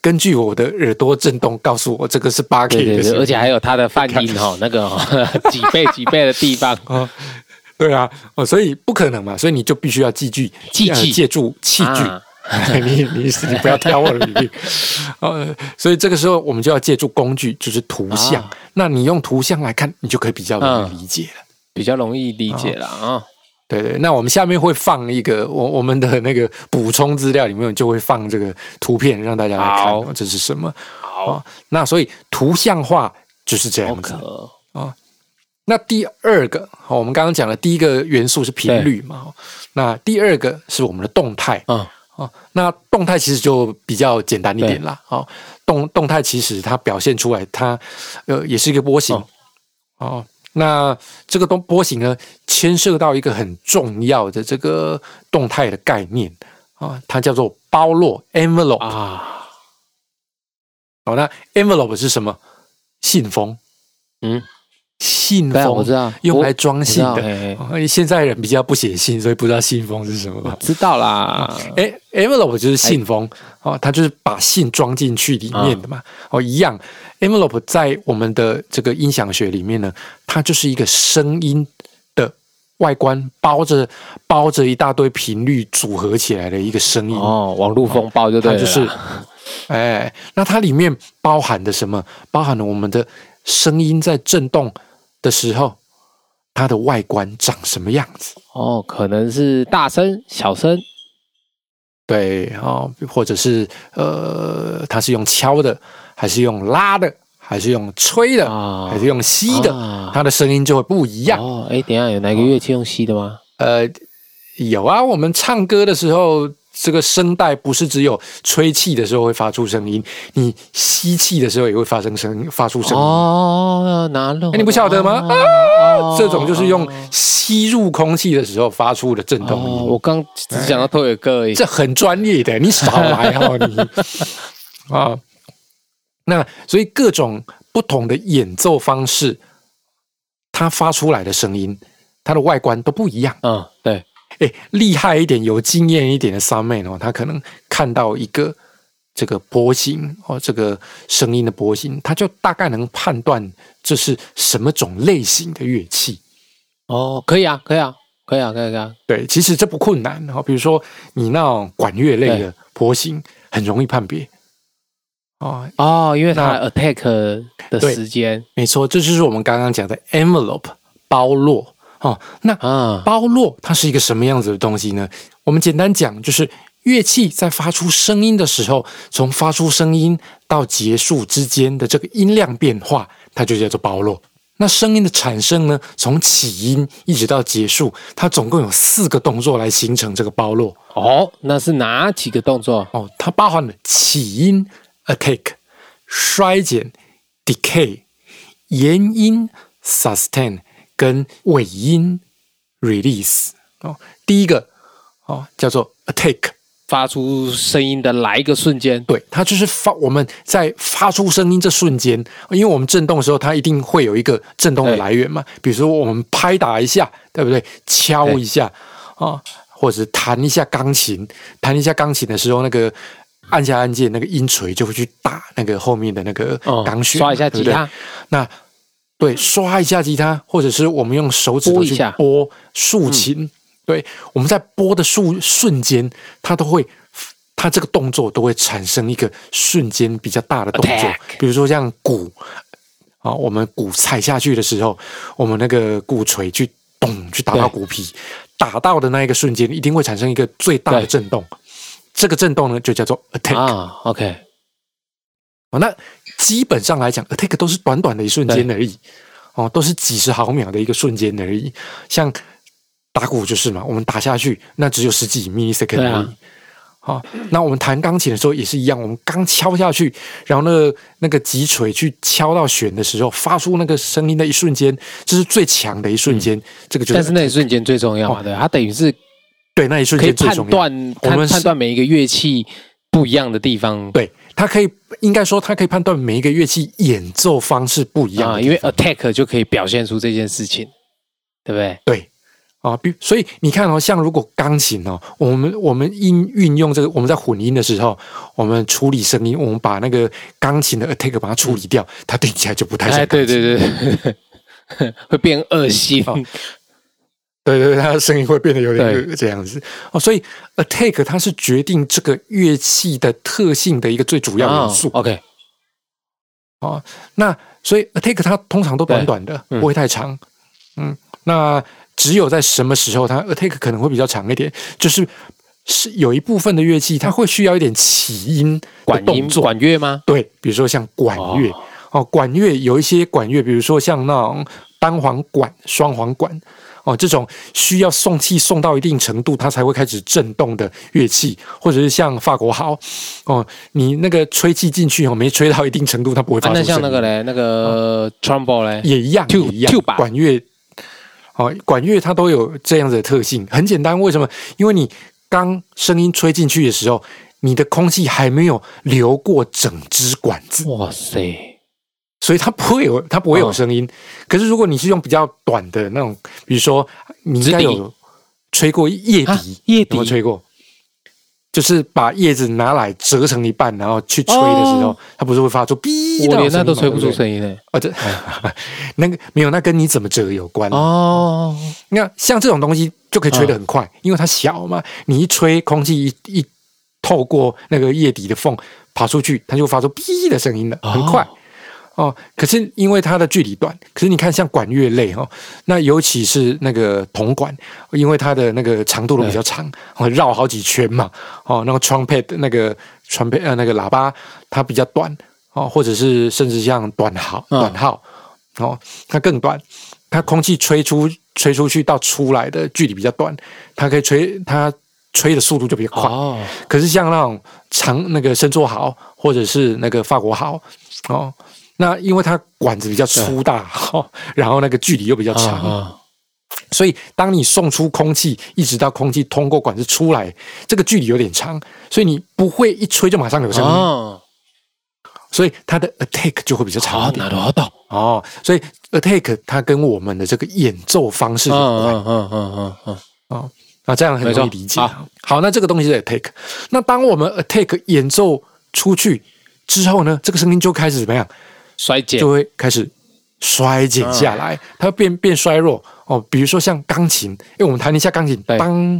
根据我的耳朵震动告诉我这个是八 K 的， 对对对，而且还有它的泛音哈、哦，那个、哦、几倍几倍的地方。 哦对啊，哦，所以不可能嘛，所以你就必须要记句， 记记、 呃、借助器具。啊、你你你不要挑我的领域。呃，所以这个时候我们就要借助工具，就是图像。啊、那你用图像来看，你就可以比较容易理解了，嗯、 比较容易理解了啊。哦、 对对，那我们下面会放一个我我们的那个补充资料里面就会放这个图片让大家来看、哦、这是什么。好、哦，那所以图像化就是这样子啊。哦，那第二个，我们刚刚讲的第一个元素是频率嘛，那第二个是我们的动态。嗯，哦，那动态其实就比较简单一点啦。哦，动动态其实它表现出来，它呃也是一个波形。哦，哦，那这个动波形呢，牵涉到一个很重要的这个动态的概念啊，它叫做包络 （envelope） 啊。好，那 envelope 是什么？信封。嗯。信封我知道， 用来装信的。嘿嘿，现在人比较不写信，所以不知道信封是什么。 我知道啦， 哎 ，envelope 就是信封哦，它就是把信装进去里面的嘛。哦，一样 ，envelope 在我们的这个音响学里面呢，它就是一个声音的外观，包着包着一大堆频率组合起来的一个声音。 哦，网络风暴就对了， 它就是，哎，那它里面包含的什么？包含了我们的声音在震动的时候，它的外观长什么样子？ 哦，可能是大声、小声， 对哦，或者是呃，它是用敲的，还是用拉的，还是用吹的，哦、还是用吸的？哦、它的声音就会不一样。 哦，哎，等一下有哪个乐器用吸的吗？ 呃，有啊，我们唱歌的时候。这个声带不是只有吹气的时候会发出声音，你吸气的时候也会发生声，发出声音。 哦，哪种？ 哎，你不晓得吗？哦、啊，这种就是用吸入空气的时候发出的震动音。 哦、我刚只讲到托尔哥而已， 这很专业的，你少来哈你啊。那所以各种不同的演奏方式，它发出来的声音，它的外观都不一样。 嗯，对。 哎，厉害一点、有经验一点的 soundman 哦，他可能看到一个这个波形哦，这个声音的波形，他就大概能判断这是什么种类型的乐器。 哦，可以啊，可以啊，可以啊，可以啊。 对，其实这不困难哦。比如说你那种管乐类的波形，很容易判别。 哦哦，因为它 attack 的时间， 没错，这就是我们刚刚讲的 envelope 包络。哦，那包络它是一个什么样子的东西呢？我们简单讲，就是乐器在发出声音的时候，从发出声音到结束之间的这个音量变化，它就叫做包络。那声音的产生呢，从起音一直到结束，它总共有四个动作来形成这个包络。 哦，那是哪几个动作？ 哦，它包含了起音 attack、衰减 decay、延音 sustain。跟尾音 release 哦，第一个哦叫做 attack， 发出声音的来一个瞬间， 对，它就是发我们在发出声音这瞬间，因为我们震动的时候，它一定会有一个震动的来源嘛，比如说我们拍打一下，对不对？敲一下啊、哦，或者是弹一下钢琴，弹一下钢琴的时候，那个按下按键，那个音锤就会去打那个后面的那个钢弦， 刷一下吉他， 对对那。对，刷一下吉他，或者是我们用手指头去拨竖琴。嗯、对，我们在拨的瞬瞬间，它都会，它这个动作都会产生一个瞬间比较大的动作。Attack. 比如说像鼓，啊，我们鼓踩下去的时候，我们那个鼓槌去咚去打到鼓皮，打到的那一个瞬间，一定会产生一个最大的震动。这个震动呢，就叫做 attack。 啊 ，OK。 哦，那基本上来讲 ，attack 都是短短的一瞬间而已，哦，都是几十毫秒的一个瞬间而已。像打鼓就是嘛，我们打下去，那只有十几 millisecond 而已。好、啊哦，那我们弹钢琴的时候也是一样，我们刚敲下去，然后那个那个击锤去敲到弦的时候，发出那个声音的一瞬间，这是最强的一瞬间。嗯、这个就是， 但是那一瞬间最重要嘛，对、哦，它等于是对那一瞬间最重要。 可以判断，我们判断每一个乐器不一样的地方， 对。它可以，应该说，它可以判断每一个乐器演奏方式不一样的、 啊，因为 attack 就可以表现出这件事情，对不对？ 对， 啊，比所以你看哦，像如果钢琴哦，我们我们音运用这个，我们在混音的时候，我们处理声音，我们把那个钢琴的 attack 把它处理掉，嗯、它听起来就不太像钢琴。 哎，对对对，会变恶心。哦、 对对对，它的声音会变得有点这样子哦。所以 attack 它是决定这个乐器的特性的一个最主要元素。 哦、OK， 哦，那所以 attack 它通常都短短的，嗯、不会太长。嗯，那。只有在什么时候，它 attack 可能会比较长一点，就是是有一部分的乐器，它会需要一点起音的动作， 管乐吗？ 对，比如说像管乐 哦, 哦，管乐有一些管乐，比如说像那种单簧管、双簧管哦，这种需要送气送到一定程度，它才会开始震动的乐器，或者是像法国号哦，你那个吹气进去哦，没吹到一定程度，它不会发出声音。 啊、那像那个嘞，那个 trombone 嘞， 也一样，也一样，管乐。哦，管乐它都有这样子的特性，很简单，为什么？因为你刚声音吹进去的时候，你的空气还没有流过整支管子， 哇塞， 所以它不会有它不会有声音。哦、可是如果你是用比较短的那种，比如说你应该有吹过叶笛， 叶笛有没有吹过？就是把叶子拿来折成一半，然后去吹的时候，哦、它不是会发出哔？ 我连那都吹不出声音呢。 哦，这那个没有，那跟你怎么折有关哦。 那像这种东西就可以吹得很快，哦、因为它小嘛，你一吹，空气一一透过那个叶底的缝跑出去，它就发出哔的声音了，很快。哦哦，可是因为它的距离短，可是你看像管乐类哦，那尤其是那个铜管，因为它的那个长度都比较长，哦，绕好几圈嘛，哦，那个 trumpet 那个 trumpet 呃那个喇叭它比较短哦，或者是甚至像短号短号哦，它更短，它空气吹出吹出去到出来的距离比较短，它可以吹它吹的速度就比较快。哦，可是像那种长那个伸缩号或者是那个法国号哦。那因为它管子比较粗大，哦、然后那个距离又比较长，啊、所以当你送出空气，一直到空气通过管子出来，这个距离有点长，所以你不会一吹就马上有声音，啊、所以它的 attack 就会比较长一点。 哦， 哦，所以 attack 它跟我们的这个演奏方式有关。嗯嗯嗯嗯嗯。哦，那这样很容易理解。好, 好，那这个东西是 attack。那当我们 attack 演奏出去之后呢，这个声音就开始怎么样？ 衰减， 就会开始衰减下来，嗯、它会变变衰弱哦。比如说像钢琴，因为我们弹一下钢琴，当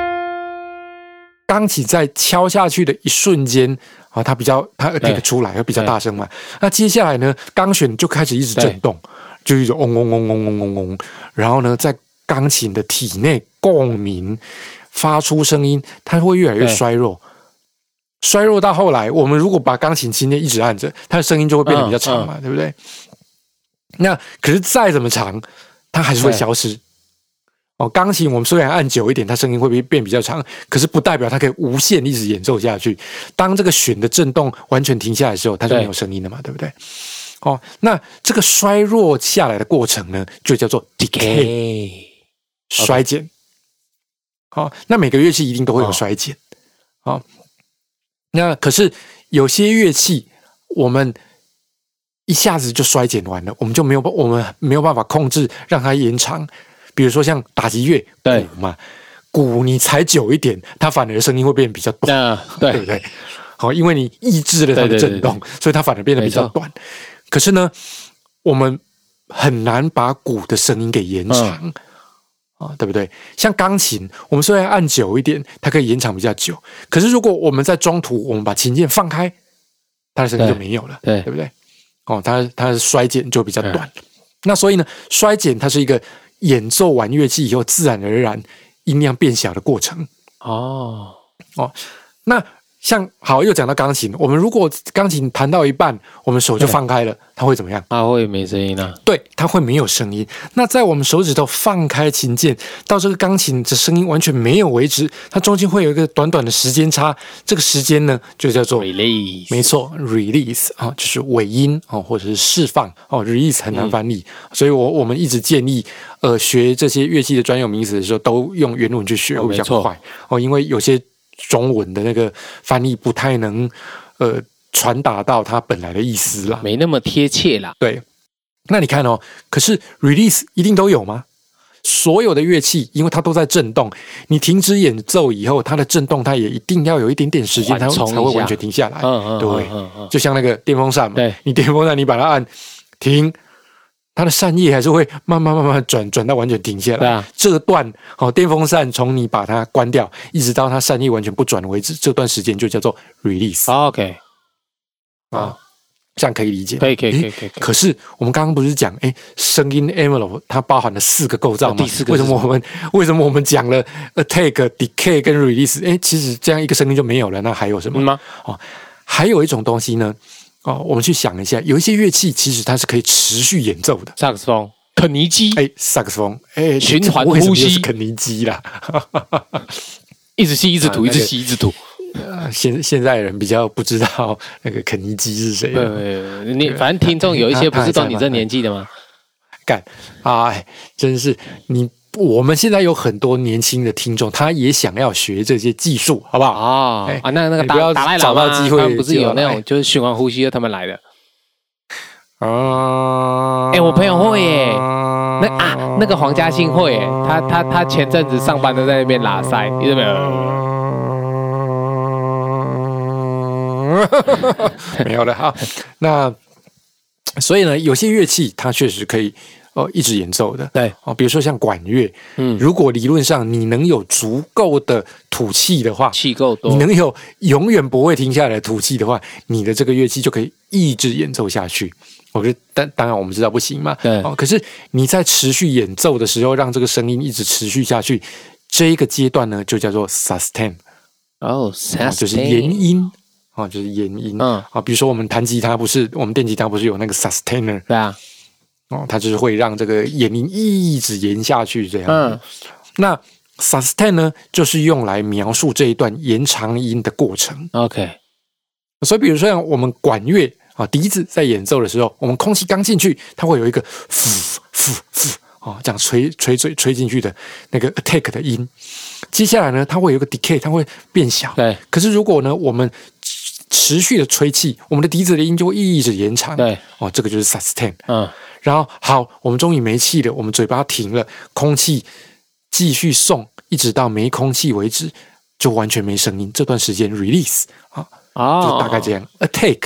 钢琴在敲下去的一瞬间啊、哦，它比较它 attack 出来，会比较大声嘛。那接下来呢，钢弦就开始一直震动，就一直嗡嗡嗡嗡嗡嗡嗡，然后呢，在钢琴的体内共鸣，发出声音，它会越来越衰弱。衰弱到后来，我们如果把钢琴琴键一直按着，它的声音就会变得比较长嘛，嗯嗯、对不对？那可是再怎么长，它还是会消失。哦，钢琴我们虽然按久一点，它声音会变比较长，可是不代表它可以无限一直演奏下去。当这个弦的震动完全停下来的时候，它就没有声音了嘛， 对, 对不对？哦，那这个衰弱下来的过程呢，就叫做 decay， 衰减。好、okay. 哦，那每个乐器一定都会有衰减。好、哦。那可是有些乐器，我们一下子就衰减完了，我们就没有我们没有办法控制让它延长。比如说像打击乐，鼓嘛，鼓你踩久一点，它反而声音会变得比较短， 啊、对, 对不对？好，因为你抑制了它的震动，对对对对，所以它反而变得比较短。可是呢，我们很难把鼓的声音给延长。嗯啊，对不对？像钢琴，我们虽然按久一点，它可以延长比较久。可是如果我们在中途，我们把琴键放开，它的声音就没有了，对, 对, 对不对？哦，它它的衰减就比较短。那所以呢，衰减它是一个演奏完乐器以后自然而然音量变小的过程。哦哦，那像好又讲到钢琴，我们如果钢琴弹到一半，我们手就放开了，它会怎么样？ 它会没声音啊。 对，它会没有声音。那在我们手指头放开琴键到这个钢琴的声音完全没有为止，它中间会有一个短短的时间差，这个时间呢就叫做 release。 没错 ，release 啊、哦，就是尾音哦，或者是释放哦 ，release 很难翻译，嗯、所以我我们一直建议，呃，学这些乐器的专有名词的时候，都用原文去学会比较快哦，因为有些中文的那个翻译不太能呃传达到它本来的意思啦， 没那么贴切啦。 对，那你看哦，可是 release 一定都有吗？ 所有的乐器，因为它都在震动，你停止演奏以后，它的震动它也一定要有一点点时间，它才会完全停下来。嗯嗯，对，嗯嗯嗯、就像那个电风扇嘛， 对， 你电风扇你把它按停，它的扇叶还是会慢慢慢慢转转到完全停下来。 对啊， 这段好、哦、电风扇从你把它关掉，一直到它扇叶完全不转为止，这段时间就叫做 release。 哦、OK， 啊。哦这样可以理解， 可以可以可以可以。 可是我们刚刚不是讲，哎，声音 envelope 它包含了四个构造吗？ 第四个为什么我们为什么我们讲了 attack、decay 跟 release？ 哎，其实这样一个声音就没有了，那还有什么？ 嗯吗？ 哦，还有一种东西呢，哦，我们去想一下，有一些乐器其实它是可以持续演奏的， 萨克斯风、肯尼基， 哎，萨克斯风，哎， 循环呼吸是肯尼基啦， 一直吸一直吐，一直吸一直吐。 呃，现现在人比较不知道那个肯尼基是谁。 对，你反正听众有一些不是到你这年纪的吗？ 干，哎，真是你。我们现在有很多年轻的听众，他也想要学这些技术，好不好？ 哦，哎、啊，那那个达达赖喇嘛找到机会， 他们不是有那种就是循环呼吸的，他们来的。 啊， 哎、欸，我朋友会耶，那啊，那个黄嘉欣会耶，他他他前阵子上班都在那边拉塞，你知道没有？ 没有了哈，那所以呢，有些乐器它确实可以哦一直演奏的， 对哦，比如说像管乐，嗯，如果理论上你能有足够的吐气的话， 气够多， 你能有永远不会停下来的吐气的话，你的这个乐器就可以一直演奏下去。我觉得当当然我们知道不行嘛， 对， 哦，可是你在持续演奏的时候，让这个声音一直持续下去，这一个阶段呢，就叫做 sustain， 哦 ，sustain， 就是延音。哦，就是延音， 嗯， 啊，比如说我们弹吉他不是，我们电吉他不是有那个 sustainer， 对啊， 哦，它就是会让这个延音一直延下去这样。 嗯， 那 sustain 呢，就是用来描述这一段延长音的过程。 OK， 所以比如说像我们管乐啊，笛子在演奏的时候，我们空气刚进去，它会有一个呼呼呼啊，这样吹吹吹吹进去的那个 attack 的音。接下来呢，它会有一个 decay， 它会变小。 对， 可是如果呢，我们持续的吹气，我们的笛子的音就会一直延长。 对， 哦，这个就是 sustain。 嗯， 然后好，我们终于没气了，我们嘴巴停了，空气继续送，一直到没空气为止，就完全没声音。这段时间 release 啊， 哦， 就大概这样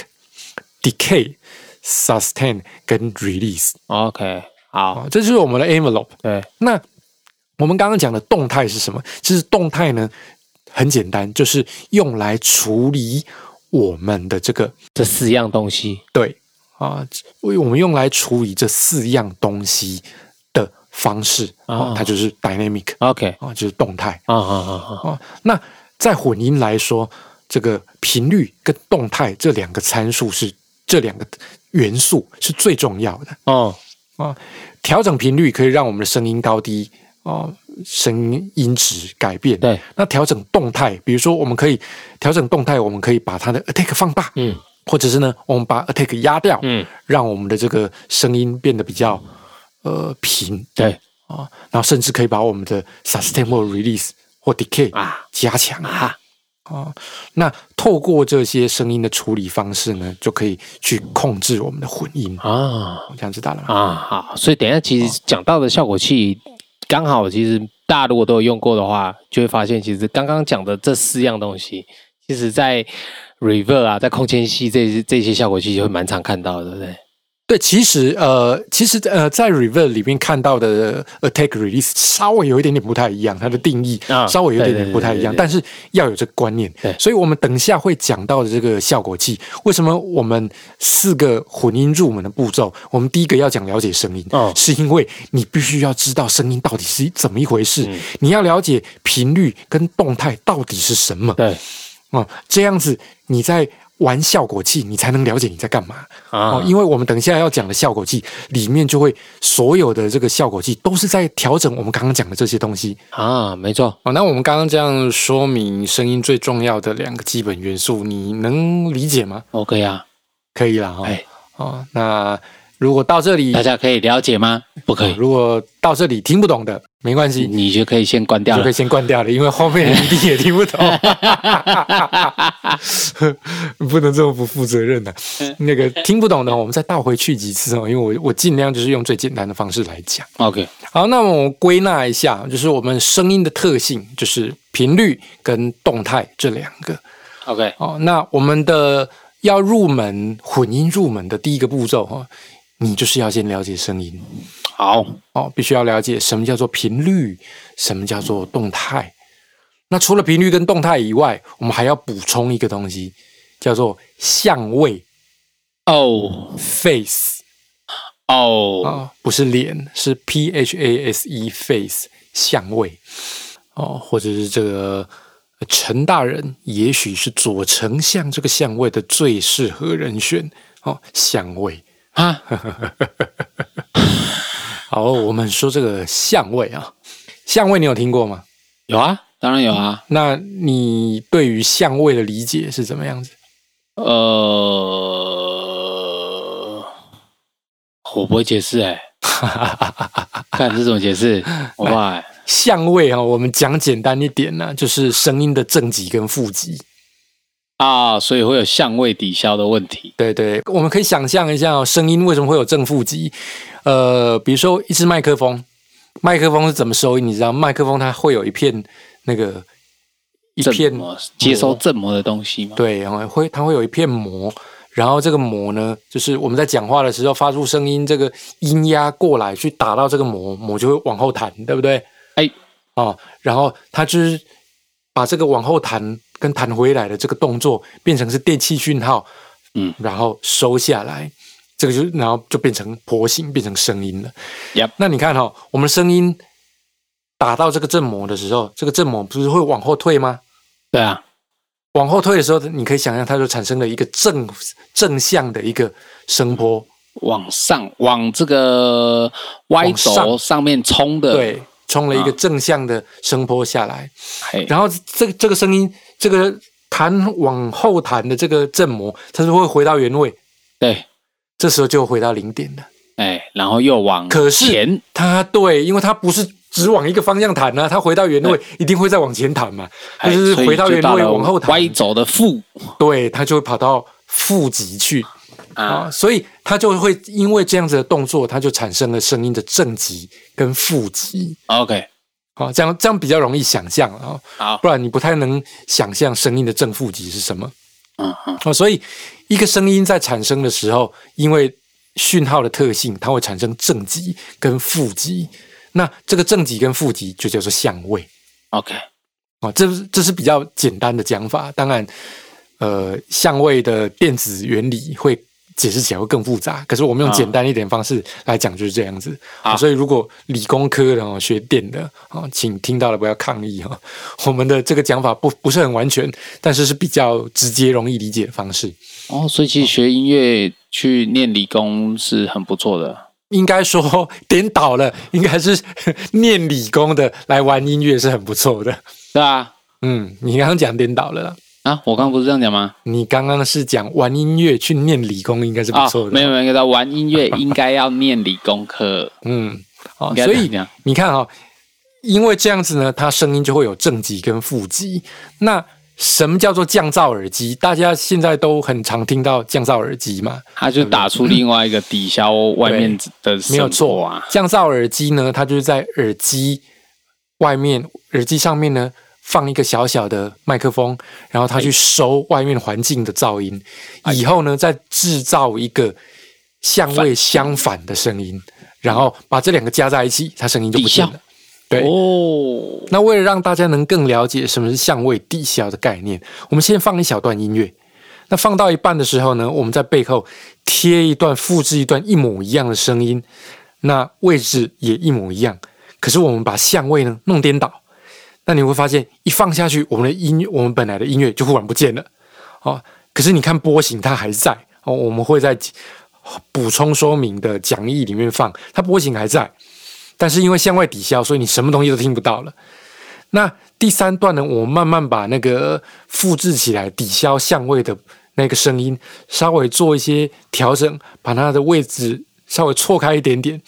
，attack、decay、sustain 跟 release。OK， 好， 啊，这就是我们的 envelope。 对， 那我们刚刚讲的动态是什么？其实动态呢很简单，就是用来处理我们的这个这四样东西。 对啊，我们用来处理这四样东西的方式啊、哦，它就是 dynamic。OK 啊，就是动态啊啊啊啊。那在混音来说，这个频率跟动态这两个参数是这两个元素是最重要的哦啊。调整频率可以让我们的声音高低哦，声音音质改变。 对， 那调整动态，比如说我们可以调整动态，我们可以把它的 attack 放大，嗯，或者是呢，我们把 attack 压掉，嗯，让我们的这个声音变得比较呃平。 对啊，然后甚至可以把我们的 sustain 或 release 或 decay 啊加强啊。 哦，那透过这些声音的处理方式呢，就可以去控制我们的混音啊。这样知道了吗？ 啊，好，所以等一下其实讲到的效果器，刚好其实大家如果都有用过的话，就会发现其实刚刚讲的这四样东西，其实在 reverb 啊，在空间系这些这些效果器就会蛮常看到的，对不对？ 对，其实呃，其实呃，在 reverb 里面看到的 attack release 稍微有一点点不太一样，它的定义稍微有一点点不太一样，但是要有这个观念。所以我们等下会讲到的这个效果器，为什么我们四个混音入门的步骤，我们第一个要讲了解声音，哦、是因为你必须要知道声音到底是怎么一回事，嗯、你要了解频率跟动态到底是什么。 对， 哦，这样子你在玩效果器，你才能了解你在干嘛啊、哦！因为我们等一下要讲的效果器里面，就会所有的这个效果器都是在调整我们刚刚讲的这些东西啊，没错。 哦，那我们刚刚这样说明声音最重要的两个基本元素，你能理解吗 ？OK 啊， 可以啦哈、哦。哦，那如果到这里大家可以了解吗？不可以。 哦、如果到这里听不懂的， 没关系， 你就可以先关掉了， 就可以先关掉了，因为后面人一定也听不懂，不能这么不负责任的、啊。那个听不懂的，我们再倒回去几次哦，因为我我尽量就是用最简单的方式来讲。 OK， 好，那么我归纳一下，就是我们声音的特性，就是频率跟动态这两个。 OK， 哦，那我们的要入门混音入门的第一个步骤哈，你就是要先了解声音。 好哦，必须要了解什么叫做频率，什么叫做动态。那除了频率跟动态以外，我们还要补充一个东西，叫做相位。 哦 ，face。 哦， 哦，不是脸，是 P H A S E face 相位。哦，或者是这个陈大人，也许是左丞相这个相位的最适合人选。哦，相位啊。 好，我们说这个相位啊，相位你有听过吗？ 有啊，当然有啊。 那你对于相位的理解是怎么样子？ 呃，我不会解释哎、欸，看这怎么解释？我不哎， 相位啊，我们讲简单一点呢、啊，就是声音的正极跟负极。 啊，所以会有相位抵消的问题。 对对，我们可以想象一下、哦，声音为什么会有正负极？呃，比如说一支麦克风，麦克风是怎么收音？你知道，麦克风它会有一片那个一片接收振膜的东西吗？ 对，然后会它会有一片膜，然后这个膜呢，就是我们在讲话的时候发出声音，这个音压过来去打到这个膜，膜就会往后弹，对不对？ 哎， 哦，然后它就是把这个往后弹跟弹回来的这个动作变成是电气讯号， 嗯， 然后收下来，这个就然后就变成波形，变成声音了。 Yep. 那你看哈、哦，我们声音打到这个振膜的时候，这个振膜不是会往后退吗？ 对啊， 往后退的时候，你可以想象它就产生了一个正正向的一个声波， 往上往这个 Y 轴上面冲的， 对。冲了一个正向的声波下来， 啊、 然后这个这个声音，这个弹往后弹的这个振膜，它是会回到原位， 对， 这时候就回到零点了， 哎，然后又往可是前， 它对，因为它不是只往一个方向弹啊，它回到原位一定会再往前弹嘛，它就是回到原位往后弹 ，Y 轴的负， 对，它就会跑到负极去。啊、 啊， 所以它就会因为这样子的动作，它就产生了声音的正极跟负极。 OK， 好、哦，这样这样比较容易想象啊、哦， 好， 不然你不太能想象声音的正负极是什么。 嗯嗯， 哦，所以一个声音在产生的时候，因为讯号的特性，它会产生正极跟负极。那这个正极跟负极就叫做相位。 OK， 哦，这是这是比较简单的讲法。当然，呃，相位的电子原理会解释起来会更复杂，可是我们用简单一点的方式来讲就是这样子。 啊、 所以如果理工科的哦学电的啊、哦，请听到了不要抗议哈、哦。我们的这个讲法不不是很完全，但是是比较直接容易理解的方式。 哦，所以其实学音乐去念理工是很不错的。 应该说颠倒了，应该是念理工的来玩音乐是很不错的。 对啊， 嗯，你刚刚讲颠倒了啦。 啊，我刚刚不是这样讲吗？ 你刚刚是讲玩音乐去念理工应该是不错的。 哦、没有没有，玩音乐应该要念理工科。 嗯，哦，所以你看哈、哦，因为这样子呢，它声音就会有正极跟负极。那什么叫做降噪耳机？大家现在都很常听到降噪耳机嘛， 它就打出另外一个抵消外面的声波啊。 没有错，降噪耳机呢，它就是在耳机外面、耳机上面呢放一个小小的麦克风，然后它去收外面环境的噪音，以后呢再制造一个相位相反的声音，然后把这两个加在一起，它声音就不见了。对哦， 那为了让大家能更了解什么是相位抵消的概念，我们先放一小段音乐。那放到一半的时候呢，我们在背后贴一段、复制一段一模一样的声音，那位置也一模一样。可是我们把相位呢弄颠倒，那你会发现一放下去，我们的音乐，我们本来的音乐就忽然不见了。哦，可是你看波形它还在哦，我们会在补充说明的讲义里面放，它波形还在。但是因为相位抵消，所以你什么东西都听不到了。那第三段呢，我们慢慢把那个复制起来抵消相位的那个声音稍微做一些调整，把它的位置稍微错开一点点，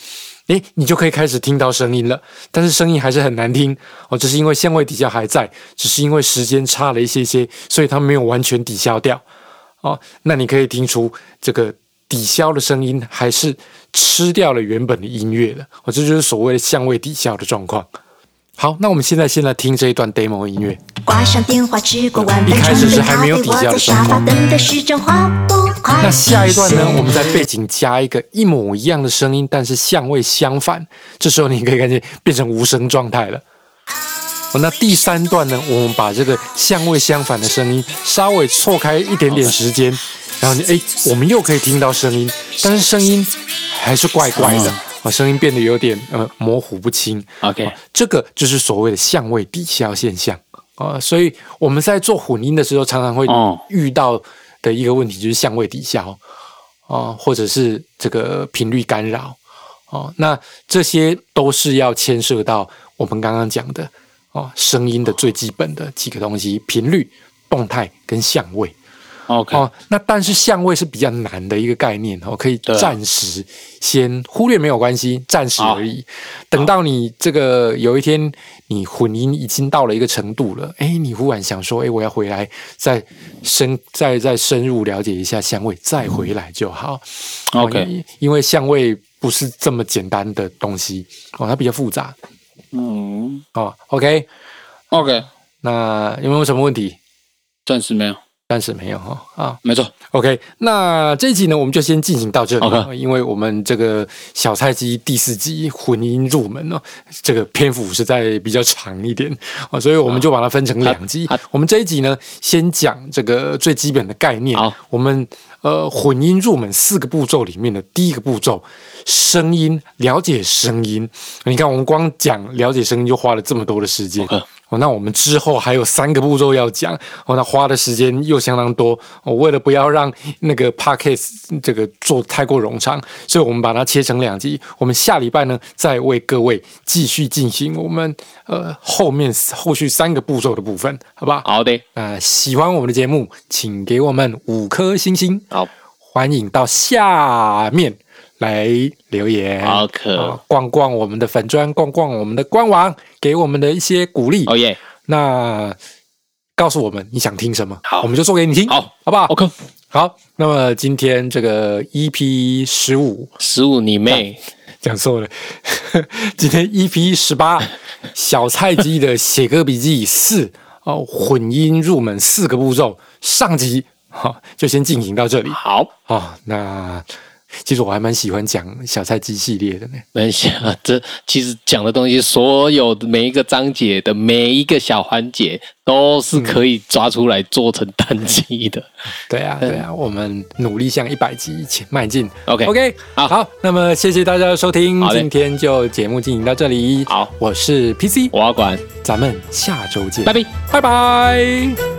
诶，你就可以开始听到声音了，但是声音还是很难听哦，这是因为相位抵消还在，只是因为时间差了一些些，所以它没有完全抵消掉哦。那你可以听出这个抵消的声音还是吃掉了原本的音乐了哦，这就是所谓的相位抵消的状况。好，那我们现在先来听这一段 demo 音乐。 挂上电话，吃过晚饭， 一开始是还没有抵消的状况。 等的时针划不快。 那下一段呢，我们在背景加一个一模一样的声音，但是相位相反，这时候你可以看见变成无声状态了。哦，那第三段呢，我们把这个相位相反的声音稍微错开一点点时间，然后你哎，我们又可以听到声音，但是声音还是怪怪的。哦，声音变得有点呃模糊不清。 OK， 哦，这个就是所谓的相位抵消现象啊，哦。所以我们在做混音的时候，常常会遇到的一个问题就是相位抵消哦，或者是这个频率干扰哦。那这些都是要牵涉到我们刚刚讲的哦，声音的最基本的几个东西：频率、动态跟相位。 OK， 哦，那但是相位是比较难的一个概念哦，可以暂时先忽略没有关系，暂时而已。等到你这个有一天你混音已经到了一个程度了，哎，你忽然想说，哎，我要回来再深再再深入了解一下相位，再回来就好。 OK， 哦，因为相位不是这么简单的东西哦，它比较复杂。 嗯， 哦 ，OK OK， 那有没有什么问题？ 暂时没有。 暂时没有哈啊， 没错。 OK， 那这一集呢，我们就先进行到这里。 Okay. 因为我们这个小菜鸡第四集混音入门哦，这个篇幅实在比较长一点啊，所以我们就把它分成两集。 啊啊、 我们这一集呢，先讲这个最基本的概念。 好， 我们呃混音入门四个步骤里面的第一个步骤，声音，了解声音。你看，我们光讲了解声音就花了这么多的时间。 Okay. 哦，那我们之后还有三个步骤要讲，哦，那花的时间又相当多。哦，为了不要让那个 podcast 这个做太过冗长，所以我们把它切成两集。我们下礼拜呢，再为各位继续进行我们呃后面后续三个步骤的部分，好不好？ 好的。 呃，喜欢我们的节目，请给我们五颗星星。 好， 欢迎到下面来留言， 好可、 哦、逛逛我们的粉专，逛逛我们的官网，给我们的一些鼓励。 哦耶！ 那告诉我们你想听什么， 好， 我们就做给你听， 好， 好不好 ？OK。 好，那么今天这个 E P 十五， 十五你妹， 讲错了。今天 E P 十八，小菜鸡的写歌笔记四哦，混音入门四个步骤，上集好、哦、就先进行到这里。 好， 哦，那。其实我还蛮喜欢讲小菜鸡系列的呢。 没想这其实讲的东西，所有的每一个章节的每一个小环节，都是可以抓出来做成单集的。 嗯、对啊，对啊，我们努力向一百集前迈进。 OK OK， 好，好，那么谢谢大家的收听，今天就节目进行到这里。 好， 我是 P C， 我要管， 咱们下周见， 拜拜， 拜拜。